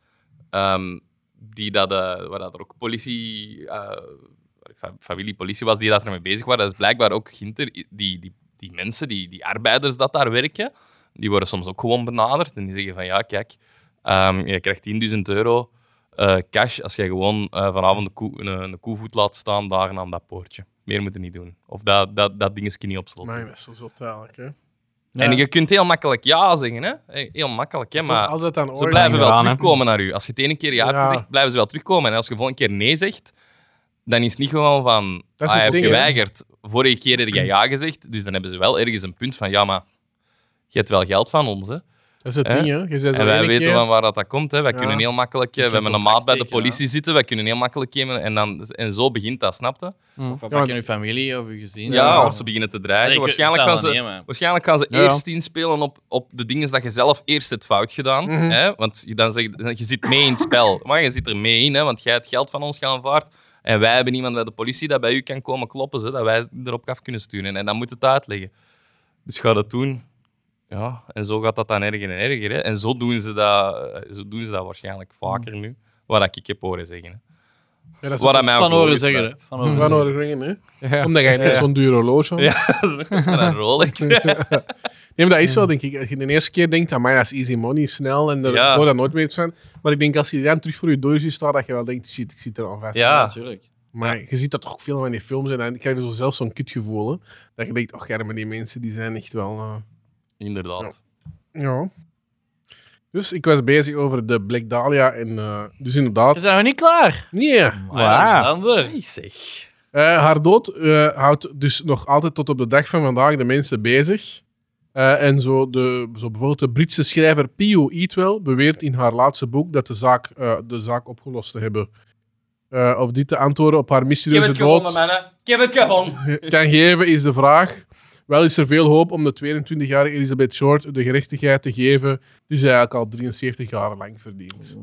die waar dat er ook politie, familiepolitie was, die dat ermee bezig waren. Dat is blijkbaar ook Ginter, die mensen, die arbeiders dat daar werken, die worden soms ook gewoon benaderd en die zeggen van ja, kijk, je krijgt €10.000 cash als je gewoon vanavond een koevoet laat staan daar aan dat poortje. Meer moet je niet doen. Of dat dingetje niet op slot doen. Nee, dat is zo zot eigenlijk, hè? Ja. En je kunt heel makkelijk ja zeggen, hè? Heel makkelijk, hè? Maar Als dat dan ze ooit... blijven wel gedaan, hè. terugkomen naar u. Als je het ene keer ja hebt Ja. gezegd, blijven ze wel terugkomen. En als je volgende keer nee zegt, dan is het niet gewoon van Dat is je het hebt ding, hè. geweigerd. Vorige keer heb jij ja gezegd, dus dan hebben ze wel ergens een punt van ja, maar je hebt wel geld van ons, hè? Dat is het Hè? ding, hè? Je zei zo En wij ene weten keer- van waar dat komt. Hè. Wij Ja. kunnen heel makkelijk... we hebben een contract maat bij de tekenen, politie zitten, wij kunnen heel makkelijk komen en zo begint dat, snapte? Of Ja, pak je uw familie of je gezin? Ja, of ze beginnen te dreigen. Waarschijnlijk gaan ze Ja. eerst inspelen op de dingen dat je zelf eerst hebt fout gedaan. Hè? Want dan zeg je zit mee in het spel. Maar je zit er mee in, hè? Want jij hebt geld van ons geaanvaard. En wij hebben iemand bij de politie dat bij u kan komen kloppen, hè? Dat wij erop af kunnen sturen. En dan moet het uitleggen. Dus ga dat doen. Ja, en zo gaat dat dan erger en erger. Hè? En zo doen ze dat waarschijnlijk vaker nu. Wat ik heb horen zeggen. Hè. Ja, dat is Wat ook- aan mij ook Van horen logisch zeggen, hè. lijkt. Van horen Van zeggen. horen zeggen, hè? Ja. Omdat jij net zo'n duur horloge had. Ja, dat is met een Rolex. Nee, maar dat is wel, denk ik. Als je de eerste keer denkt, amai, dat is easy money, snel, en daar Ja. hoor je nooit meer iets van. Maar ik denk, als je die dan terug voor je door ziet staan, dat je wel denkt, shit, ik zit er al vast. Ja. natuurlijk. Maar je ziet dat toch ook veel van die films en dan krijg je zo zelf zo'n kutgevoel. Hè, dat je denkt, ja, maar die mensen die zijn echt wel... Inderdaad. Ja. Dus ik was bezig over de Black Dahlia en dus inderdaad... We zijn nog niet klaar. Nee. Alexander. Hey, zeg. Haar dood houdt dus nog altijd tot op de dag van vandaag de mensen bezig. En zo bijvoorbeeld de Britse schrijver Pio Eatwell beweert in haar laatste boek dat de zaak opgelost te hebben. Of dit te antwoorden op haar mysterieuze dood mannen. Ik heb het gewonnen. kan geven, is de vraag. Wel is er veel hoop om de 22-jarige Elizabeth Short de gerechtigheid te geven die zij eigenlijk al 73 jaar lang verdient.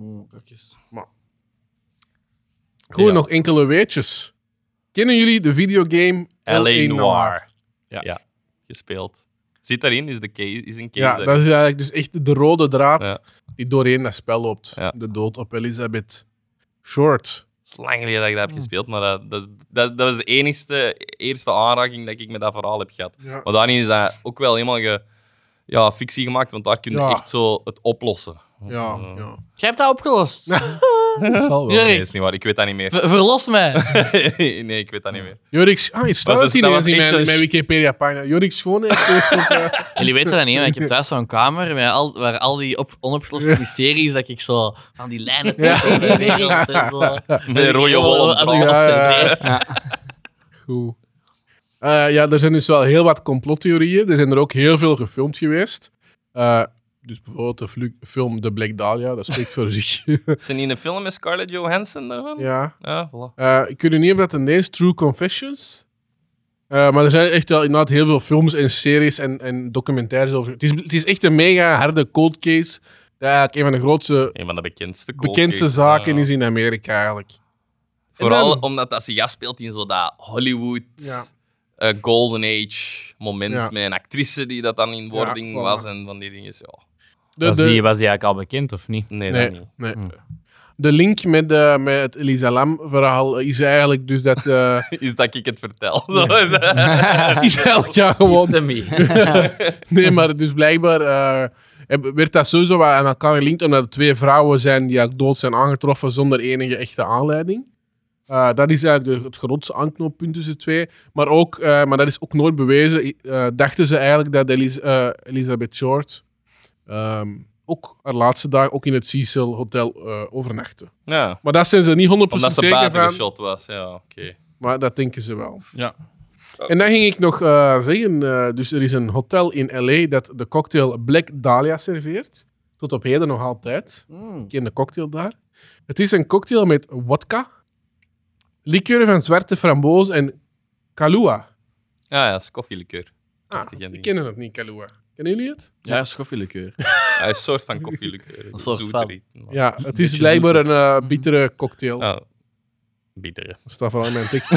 Goed, Ja. nog enkele weetjes. Kennen jullie de videogame L.A. Noir. Ja. Gespeeld. Zit daarin, is een case Ja, daarin. dat is eigenlijk dus echt de rode draad Ja. die doorheen dat spel loopt. Ja. De dood op Elizabeth Short. Het is lang geleden dat ik dat heb gespeeld, maar dat was de eerste aanraking dat ik met dat verhaal heb gehad. Ja. Maar daarin is dat ook wel helemaal fictie gemaakt, want daar kun je Ja. echt zo het oplossen. Ja, ja. Jij hebt dat opgelost. Dat zal wel. Jurk. Nee, dat is niet waar. Ik weet dat niet meer. Verlos mij. Nee, ik weet dat niet meer. Jorik's... hier staat Was het dus- dat was ineens in echt mijn, een mijn Wikipedia-pagina. Jorik's schoonheid heeft ook... Jullie weten dat niet, maar ik heb thuis zo'n kamer waar al die onopgeloste mysteries, dat ik zo van die lijnen teken op de wereld en zo. Met een rode wollen Heb ik draad. geobserveerd. Goed. Ja, er zijn dus wel heel wat complottheorieën. Er zijn er ook heel veel gefilmd geweest. Dus bijvoorbeeld de film The Black Dahlia, dat spreekt voor zich. Zijn die in een film met Scarlett Johansson daarvan? Ja. Ja, voilà. Ik weet niet of dat een is, True Confessions. Maar er zijn echt wel inderdaad heel veel films en series en documentaires over. Het is echt een mega harde cold case. Dat eigenlijk een van de grootste, Een van de bekendste cold bekendste cases, zaken ja. is in Amerika eigenlijk. Vooral En dan- omdat dat zich afspeelt in zo dat Hollywood Ja. Golden Age moment Ja. met een actrice die dat dan in wording voilà. was en van die dingen. Ja. Was die eigenlijk al bekend, of niet? Nee, Nee, dat niet. nee. De link met het Elisa Lam-verhaal is eigenlijk dus dat... Is dat ik het vertel. Zo is dat. is eigenlijk ja, gewoon... Semi. Nee, maar dus blijkbaar werd dat sowieso wat aan elkaar gelinkt, omdat er twee vrouwen zijn die eigenlijk dood zijn aangetroffen zonder enige echte aanleiding. Dat is eigenlijk het grootste aanknooppunt tussen de twee. Maar, maar dat is ook nooit bewezen. Dachten ze eigenlijk dat Elizabeth Short ook haar laatste dag ook in het Cecil Hotel overnachtte. Ja, Maar dat zijn ze niet 100% omdat ze zeker buiten van. geschot was. Ja, oké. Maar dat denken ze wel. Ja. En dan ging ik nog zeggen, dus er is een hotel in L.A. dat de cocktail Black Dahlia serveert. Tot op heden nog altijd. Ik ken de cocktail daar. Het is een cocktail met wodka, liqueur van zwarte framboos en Kahlua. Ja, dat is koffielikeur. Ah, Echt geen ik ding. ken het niet, Kahlua. Kennen jullie het? Ja, schoffielikeur. Hij is een soort van koffielikeur. Een soort Zoeter van. iets. Ja, het is blijkbaar een bittere cocktail. Ah, bittere. Dat staat vooral in mijn tekst.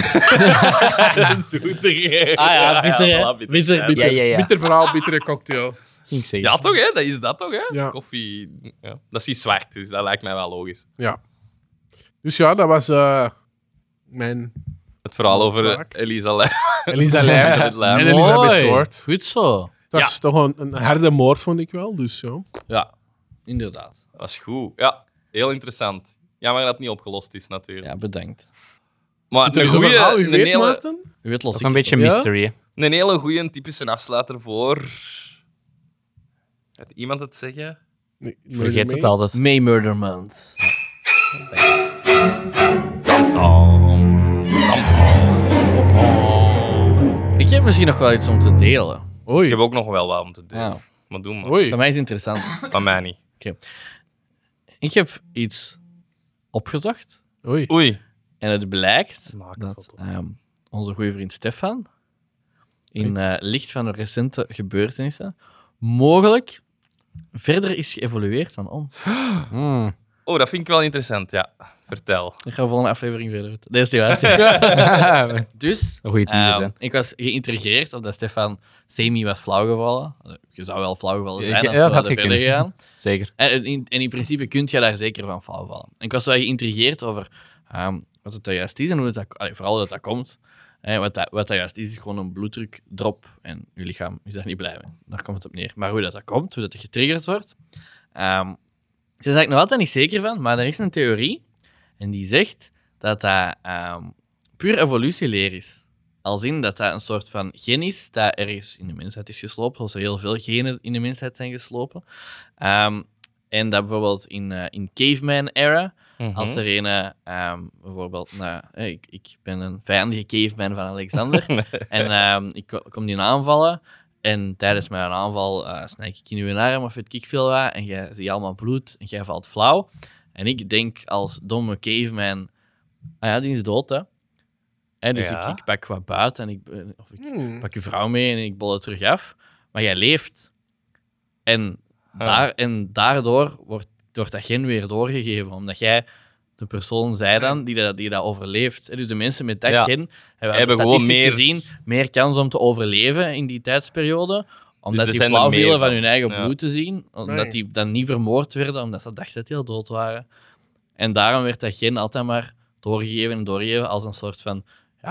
Zoeter. Ah ja, bitter, hè? voilà, Bitter. Ja. Bitter verhaal, bittere cocktail. Ging ik zeggen. Ja, toch, hè? Dat is dat toch, hè? Ja. Koffie. Ja. Dat is zwart, dus dat lijkt mij wel logisch. Ja. Dus ja, dat was mijn Het verhaal over Zaak. Elisa Lam. Elisa Lam Elisabeth Lam. en Elizabeth Mooi. Short. Goed zo. Dat is toch een harde moord, vond ik wel. Dus ja. Ja, inderdaad. Dat was goed. Ja, heel interessant. Ja, maar dat het niet opgelost is, natuurlijk. Ja, bedankt. Maar Heb je een zo'n goeie, verhaal een geweten, hele, Maarten? U weet los Ook ik een het beetje wel. mystery, hè. een hele goeie typische afsluiter voor... Gaat iemand het zeggen? Nee, Vergeet mee. het altijd. May Murder Month. Ik heb misschien nog wel iets om te delen. Ik Oei. heb ook nog wel wat om te doen. Ja. Maar doe maar. Oei. Bij mij is het interessant. Van mij niet. Ik heb iets opgezocht. Oei. Oei. En het blijkt Maak dat foto. onze goede vriend Stefan, in licht van de recente gebeurtenissen, mogelijk verder is geëvolueerd dan ons. Oh, dat vind ik wel interessant, ja. Vertel. Ik ga de volgende aflevering verder. Deze is niet waar. Dus, Een goede teaser, hè. ik was geïntrigeerd omdat Stefan semi was flauwgevallen. Je zou wel flauwgevallen zijn Ja, als dat we had hadden gekund. verder gegaan. Zeker. En in principe kun je daar zeker van flauwvallen. En ik was wel geïntrigeerd over wat het juist is en hoe het vooral hoe dat komt. Wat dat juist is gewoon een bloeddrukdrop. En je lichaam is daar niet blij mee. Daar komt het op neer. Maar hoe dat komt, hoe dat getriggerd wordt... daar ben ik nog altijd niet zeker van, maar er is een theorie. En die zegt dat dat puur evolutieleer is. Als in dat dat een soort van gen is dat ergens in de mensheid is geslopen, zoals er heel veel genen in de mensheid zijn geslopen. En dat bijvoorbeeld in caveman-era, als er bijvoorbeeld... ik ben een vijandige caveman van Alexander. En ik kom die aanvallen. En tijdens mijn aanval snijdt ik in uw arm of weet ik veel wat. En jij ziet allemaal bloed en jij valt flauw. En ik denk als domme caveman... die is dood, hè. Dus ik pak wat buiten en ik pak je vrouw mee en ik bol het terug af. Maar jij leeft. En daardoor wordt dat gen weer doorgegeven. Omdat jij de persoon zij dan die dat overleeft. Dus de mensen met dat gen hebben gewoon meer kans om te overleven in die tijdsperiode. Omdat dus die flauw vielen van hun eigen bloed te zien. Omdat die dan niet vermoord werden, omdat ze dachten dat die al dood waren. En daarom werd dat gen altijd maar doorgegeven als een soort van...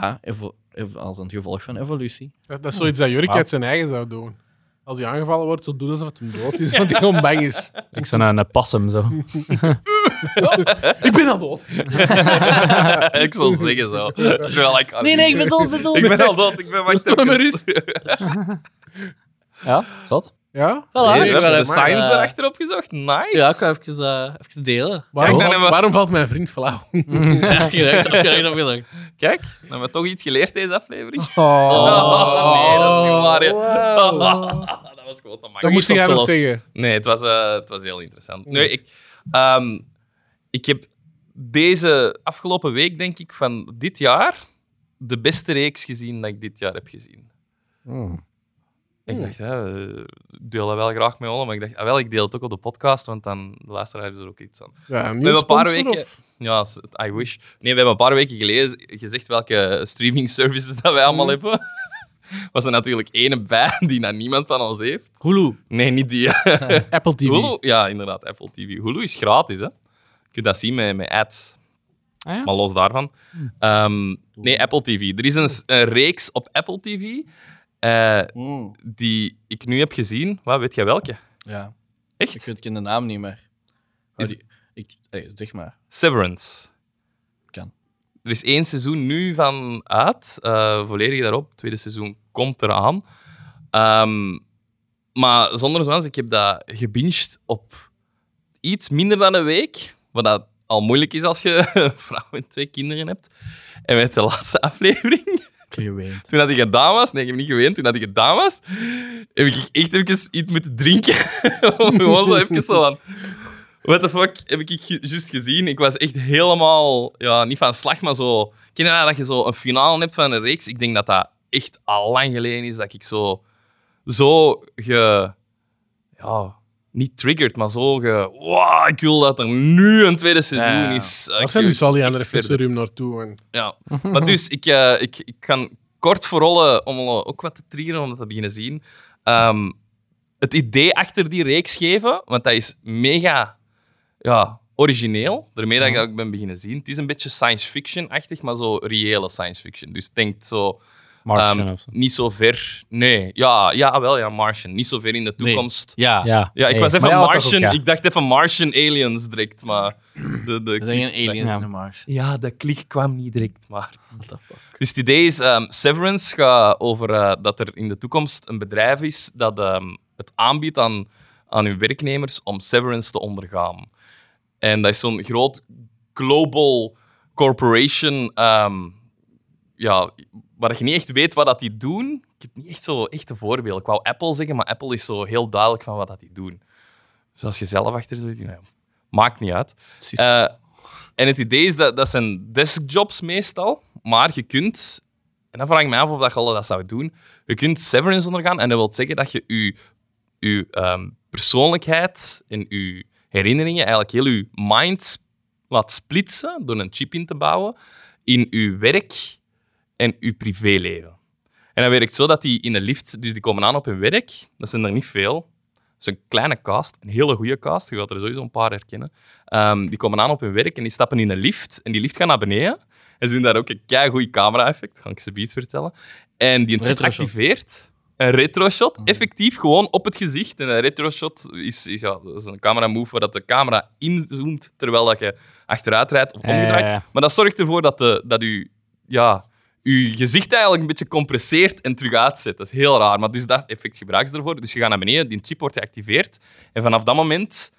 als een gevolg van evolutie. Dat is zoiets dat Jurk uit zijn eigen zou doen. Als hij aangevallen wordt, zo doen alsof het hem dood is, want hij gewoon bang is. Ik zou naar een possum zo. Ik ben al dood. Ik zal zeggen zo. Nee, ik ben dood. Ik ben al dood, ik ben wacht maar rust. Ja, zot. Ja? Voilà, We ik hebben ga de science erachter opgezocht. Nice. Ja, ik ga even delen. Waarom valt mijn vriend flauw? Opgedacht. Kijk, dan hebben we toch iets geleerd deze aflevering. Oh. Nee, dat is niet waar. Ja. Dat was gewoon te makkelijk. Dat moest jij nog zeggen. Nee, het was heel interessant. Nee, ik heb deze afgelopen week, denk ik, van dit jaar de beste reeks gezien dat ik dit jaar heb gezien. Ik dacht, deel dat wel graag met Olle, maar ik dacht, ik deel het ook op de podcast, want dan de luisteraar hebben ze er ook iets aan. Ja, We hebben een paar weken... Ja, I wish. Nee, we hebben een paar weken geleden gezegd welke streaming services dat wij allemaal hebben. Was er natuurlijk ene bij die nou niemand van ons heeft. Hulu. Nee, niet die. Apple TV. Hulu? Ja, inderdaad, Apple TV. Hulu is gratis, hè. Je kunt dat zien met ads. Ah, ja? Maar los daarvan. Nee, Apple TV. Er is een reeks op Apple TV die ik nu heb gezien. Wat, weet jij welke? Ja. Echt? Ik ken de naam niet meer. Is- Zeg maar. Severance. Kan. Er is 1 seizoen nu van uit. Volledig daarop. Het tweede seizoen komt eraan. Maar zonder zwans, ik heb dat gebinged op iets minder dan een week. Wat dat al moeilijk is als je een vrouw en 2 kinderen hebt. En met de laatste aflevering, Geweend. toen dat ik gedaan was... Nee, ik heb niet geweend. Toen dat ik gedaan was, heb ik echt even iets moeten drinken. Gewoon zo even zo van... What the fuck heb ik juist gezien? Ik was echt helemaal... Ja, niet van slag, maar zo... Ken je dat je zo een finale hebt van een reeks? Ik denk dat dat echt al lang geleden is dat ik zo ja, niet triggerd, maar zo wow, ik wil dat er nu een tweede seizoen is. Waar zijn nu Sally en Refusserum naartoe? En... Ja, maar dus ik kan kort verrollen om ook wat te triggeren, om dat te beginnen zien. Het idee achter die reeks geven, want dat is mega origineel, daarmee dat ik dat ook ben beginnen zien. Het is een beetje science fiction-achtig, maar zo reële science fiction. Dus denk zo... Martian of zo. Niet zo ver... Nee, ja, Martian. Niet zo ver in de toekomst. Ja. Ja, ik Hey, was even maar ja, toch Martian. ook, ja. Ik dacht even Martian Aliens direct, maar... Er zijn geen aliens Ja. in de Mars. Ja, de klik kwam niet direct, maar... What the fuck? Dus het idee is... Severance gaat over dat er in de toekomst een bedrijf is dat het aanbiedt aan hun werknemers om severance te ondergaan. En dat is zo'n groot global corporation... waar je niet echt weet wat dat die doen. Ik heb niet echt zo echte voorbeelden. Ik wou Apple zeggen, maar Apple is zo heel duidelijk van wat dat die doen. Dus als je zelf achter zoiets... maakt niet uit. En het idee is dat zijn deskjobs meestal, maar je kunt... En dan vraag ik me af of dat je al dat zou doen. Je kunt severance ondergaan en dat wil zeggen dat je je persoonlijkheid en je herinneringen, eigenlijk heel je mind laat splitsen door een chip in te bouwen in je werk en je privéleven. En dat werkt zo dat die in een lift... Dus die komen aan op hun werk. Dat zijn er niet veel. Dat is een kleine cast. Een hele goede cast. Je gaat er sowieso een paar herkennen. Die komen aan op hun werk en die stappen in een lift. En die lift gaat naar beneden. En ze doen daar ook een keigoed camera-effect, ga ik ze iets vertellen. En die chip Retroshot. activeert een retroshot, effectief gewoon op het gezicht. En een retroshot is dat is een camera-move waar dat de camera inzoomt terwijl dat je achteruit rijdt of omgedraaid. Ja. Maar dat zorgt ervoor dat je gezicht eigenlijk een beetje compresseert en terug uitzet. Dat is heel raar, maar dus dat effect gebruiken ze ervoor. Dus je gaat naar beneden, die chip wordt geactiveerd. En vanaf dat moment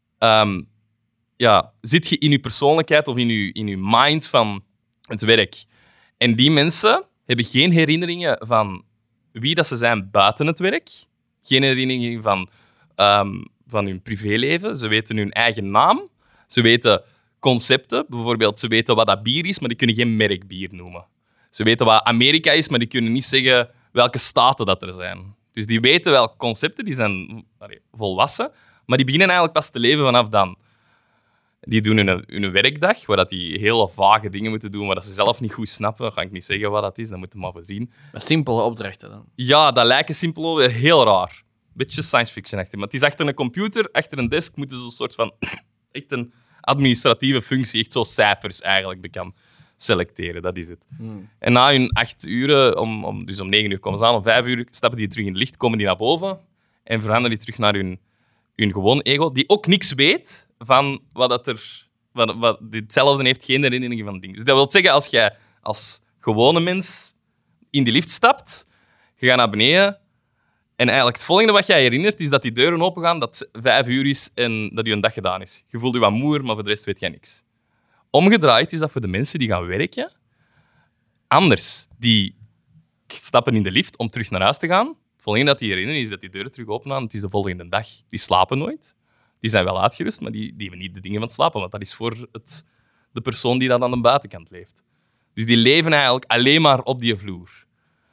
zit je in je persoonlijkheid of in je mind van het werk. En die mensen hebben geen herinneringen van wie dat ze zijn buiten het werk. Geen herinneringen van hun privéleven. Ze weten hun eigen naam. Ze weten concepten. Bijvoorbeeld, ze weten wat dat bier is, maar die kunnen geen merk bier noemen. Ze weten wat Amerika is, maar die kunnen niet zeggen welke staten dat er zijn. Dus die weten welke concepten, die zijn volwassen, maar die beginnen eigenlijk pas te leven vanaf dan. Die doen hun werkdag, waar dat die hele vage dingen moeten doen, waar dat ze zelf niet goed snappen. Dan ga ik niet zeggen wat dat is, dat moeten we maar zien. Met simpele opdrachten dan. Ja, dat lijken simpel heel raar. Beetje science fiction achter. Maar het is achter een computer, achter een desk, moeten ze een soort van echt een administratieve functie, echt zo cijfers eigenlijk bekend selecteren. Dat is het. En na hun 8 uur, dus om 9 uur komen ze aan, om 5 uur stappen die terug in het licht, komen die naar boven en veranderen die terug naar hun gewoon ego, die ook niks weet van wat hetzelfde heeft, geen herinneringen van dingen. Dus dat wil zeggen, als jij als gewone mens in die lift stapt, je gaat naar beneden en eigenlijk het volgende wat jij herinnert is dat die deuren opengaan, dat het 5 uur is en dat je een dag gedaan is. Je voelt je wat moer, maar voor de rest weet jij niks. Omgedraaid is dat voor de mensen die gaan werken anders. Die stappen in de lift om terug naar huis te gaan. Het volgende dat die herinneren is dat die deuren terug opengaan. Het is de volgende dag. Die slapen nooit. Die zijn wel uitgerust, maar die hebben niet de dingen van het slapen. Want dat is voor de persoon die dan aan de buitenkant leeft. Dus die leven eigenlijk alleen maar op die vloer.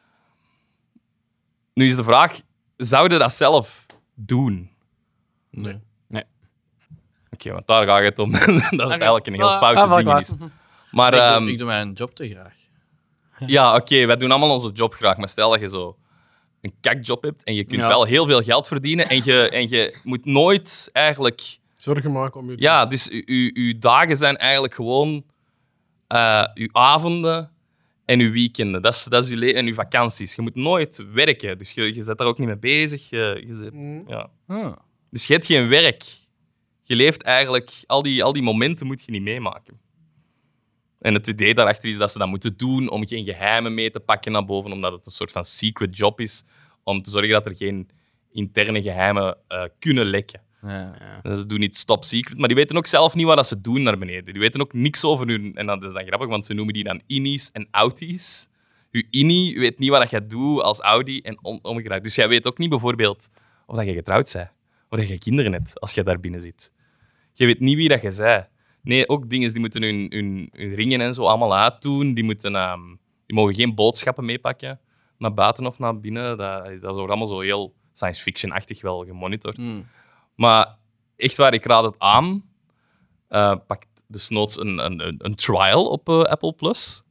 Nu is de vraag, zouden dat zelf doen? Nee. Oké, want daar gaat het om. Dat het eigenlijk een heel foute ding is. Maar Ik doe mijn job te graag. ja, oké, wij doen allemaal onze job graag. Maar stel dat je zo een kakjob hebt en je kunt wel heel veel geld verdienen en je moet nooit eigenlijk... Zorgen maken om je... Ja, dus uw dagen zijn eigenlijk gewoon uw avonden en uw weekenden. Dat is uw en uw vakanties. Je moet nooit werken, dus je bent daar ook niet mee bezig. Ja. Dus je hebt geen werk. Je leeft eigenlijk... Al die momenten moet je niet meemaken. En het idee daarachter is dat ze dat moeten doen om geen geheimen mee te pakken naar boven, omdat het een soort van secret job is, om te zorgen dat er geen interne geheimen kunnen lekken. Ja. Dus ze doen niet top secret, maar die weten ook zelf niet wat dat ze doen naar beneden. Die weten ook niks over hun... En dat is dan grappig, want ze noemen die dan innies en outies. Je innie weet niet wat dat jij doet als Audi en omgedraaid. Dus jij weet ook niet bijvoorbeeld of dat je getrouwd bent, of dat je kinderen hebt als je daar binnen zit. Je weet niet wie dat je bent. Nee, ook dingen die moeten hun ringen en zo allemaal uitdoen. Die mogen geen boodschappen meepakken naar buiten of naar binnen. Dat wordt allemaal zo heel science fiction-achtig wel gemonitord. Maar echt waar, ik raad het aan. Pak desnoods een trial op Apple Plus.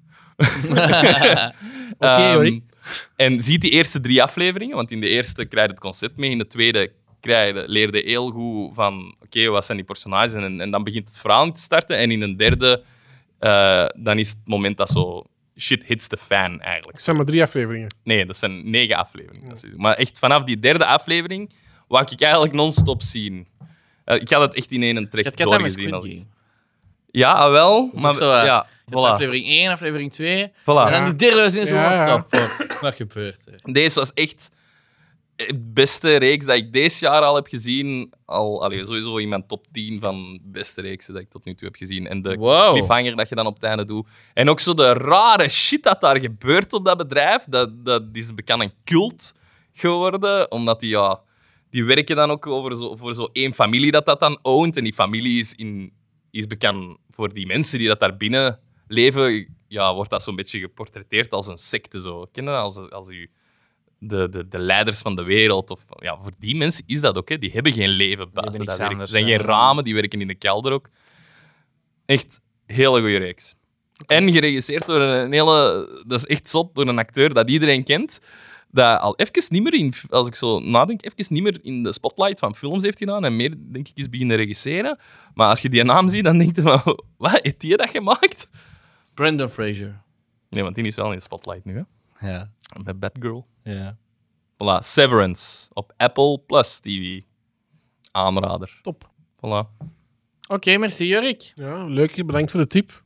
Oké. En ziet die eerste 3 afleveringen, want in de eerste krijg je het concept mee, in de tweede leer je heel goed van oké, wat zijn die personages? En dan begint het verhaal te starten. En in een derde, dan is het moment dat zo shit hits the fan eigenlijk. Het zijn maar 3 afleveringen. Nee, dat zijn 9 afleveringen. Maar echt vanaf die derde aflevering wou ik eigenlijk non-stop zien. Ik had het echt in één trek doorgezien. Ja, wel. Maar zo, ja, Je hebt voilà. aflevering 1, aflevering 2. Voilà. En dan die derde was in zo... Ja. What the fuck? Wat gebeurt er? Deze was echt het beste reeks dat ik deze jaar al heb gezien. Sowieso in mijn top 10 van beste reeksen dat ik tot nu toe heb gezien. En de cliffhanger dat je dan op het einde doet. En ook zo de rare shit dat daar gebeurt op dat bedrijf. Dat is bekend een cult geworden. Omdat die werken dan ook voor zo één familie dat dan oont. En die familie is bekend voor die mensen die dat daar binnen leven. Ja, wordt dat zo'n beetje geportretteerd als een secte. Zo. Ken je dat? Als de leiders van de wereld. Of, ja, voor die mensen is dat ook. Hè. Die hebben geen leven buiten dat werk. Er zijn geen ramen, die werken in de kelder ook. Echt hele goede reeks. En geregisseerd door dat is echt zot, door een acteur dat iedereen kent. Dat al even niet meer als ik zo nadenk, even niet meer in de spotlight van films heeft gedaan en meer, denk ik, is beginnen regisseren. Maar als je die naam ziet, dan denk je van, wat, heeft die dat gemaakt? Brendan Fraser. Nee, want die is wel in de spotlight nu, hè? Ja. Met Batgirl. Ja. Voilà, Severance op Apple Plus TV. Aanrader. Top. Voilà. Oké, merci Jurk. Ja, leuk. Bedankt voor de tip.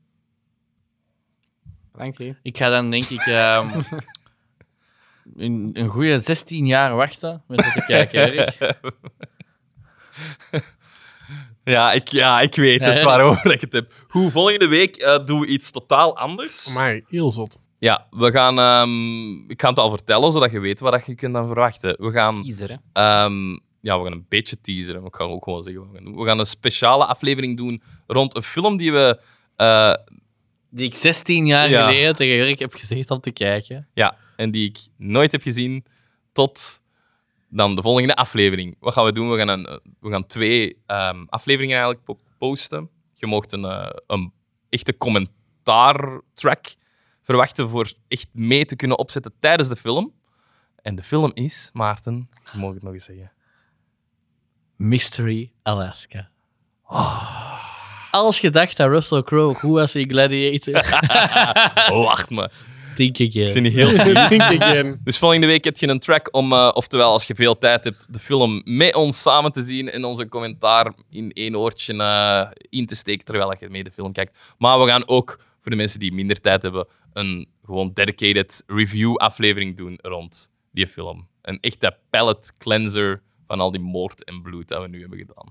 Dank je. Ik ga dan denk ik een goede 16 jaar wachten met het te kijken, Jurk. Ja, ik weet het waarover ik het heb. Goed, volgende week doen we iets totaal anders. Maar heel zot. Ja, we gaan... ik ga het al vertellen, zodat je weet wat je kunt dan verwachten. We gaan... Teaser, hè? Ja, we gaan een beetje teaseren. Ik ga ook gewoon zeggen wat we gaan doen. We gaan een speciale aflevering doen rond een film die we... Die ik 16 jaar Ja. geleden tegen Jurk heb gezegd om te kijken. Ja, en die ik nooit heb gezien tot dan de volgende aflevering. Wat gaan we doen? We gaan 2 afleveringen eigenlijk posten. Je mocht een echte commentaartrack verwachten voor echt mee te kunnen opzetten tijdens de film. En de film is, Maarten, je mag het nog eens zeggen. Mystery Alaska. Als je dacht dat Russell Crowe goed was in Gladiator, Wacht me. think again. Ik ben niet heel Think again. Dus volgende week heb je een track om, oftewel als je veel tijd hebt, de film met ons samen te zien en onze commentaar in 1 oortje in te steken terwijl je mee de film kijkt. Maar we gaan ook, voor de mensen die minder tijd hebben, een gewoon dedicated review-aflevering doen rond die film. Een echte palate cleanser van al die moord en bloed dat we nu hebben gedaan.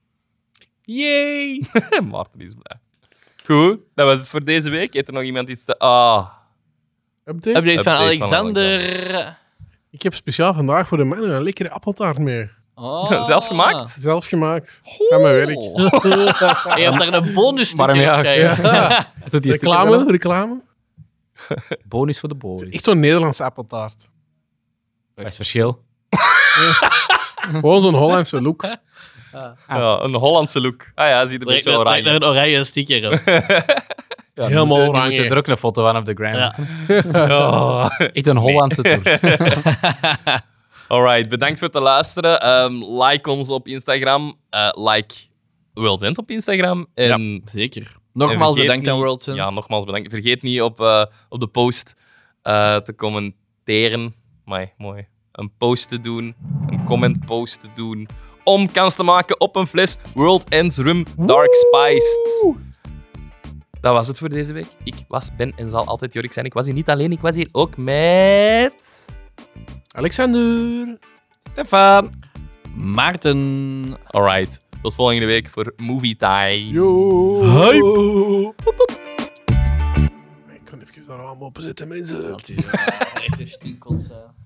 Yay! Maarten is blij. Goed, dat was het voor deze week. Heeft er nog iemand iets te... Update? Update van van Alexander. Ik heb speciaal vandaag voor de mannen een lekkere appeltaart mee. Oh. Zelf gemaakt? Zelf gemaakt. Aan mijn werk. Je hebt daar een bonus Maar ja, gekregen. Ja. Doet die Reclame. bonus voor de bonus. Echt zo'n Nederlandse appeltaart. Wat is het verschil? Gewoon zo'n Hollandse look. Ja, een Hollandse look. Ah ja, ziet er een beetje oranje. Een oranje sticker op. Ja, Helemaal nu oranje. moet je er ook een foto van op de gram Ja. zetten. Oh. Echt een Hollandse tour. Alright, bedankt voor het luisteren. Like ons op Instagram. Like World End op Instagram. En Zeker. en Nogmaals vergeet bedankt aan niet- World Sense. Ja, nogmaals bedankt. Vergeet niet op de post te commenteren. Mooi. Een post te doen. Een comment post te doen. Om kans te maken op een fles World Ends Rum Dark Spiced. Dat was het voor deze week. Ik ben en zal altijd Jorik zijn. Ik was hier niet alleen, ik was hier ook met... Alexander. Stefan. Maarten. Alright, tot volgende week voor Movie Time. Yo. Hype. Ik kan even de raam openzetten, mensen. Dat is echt een stinkot.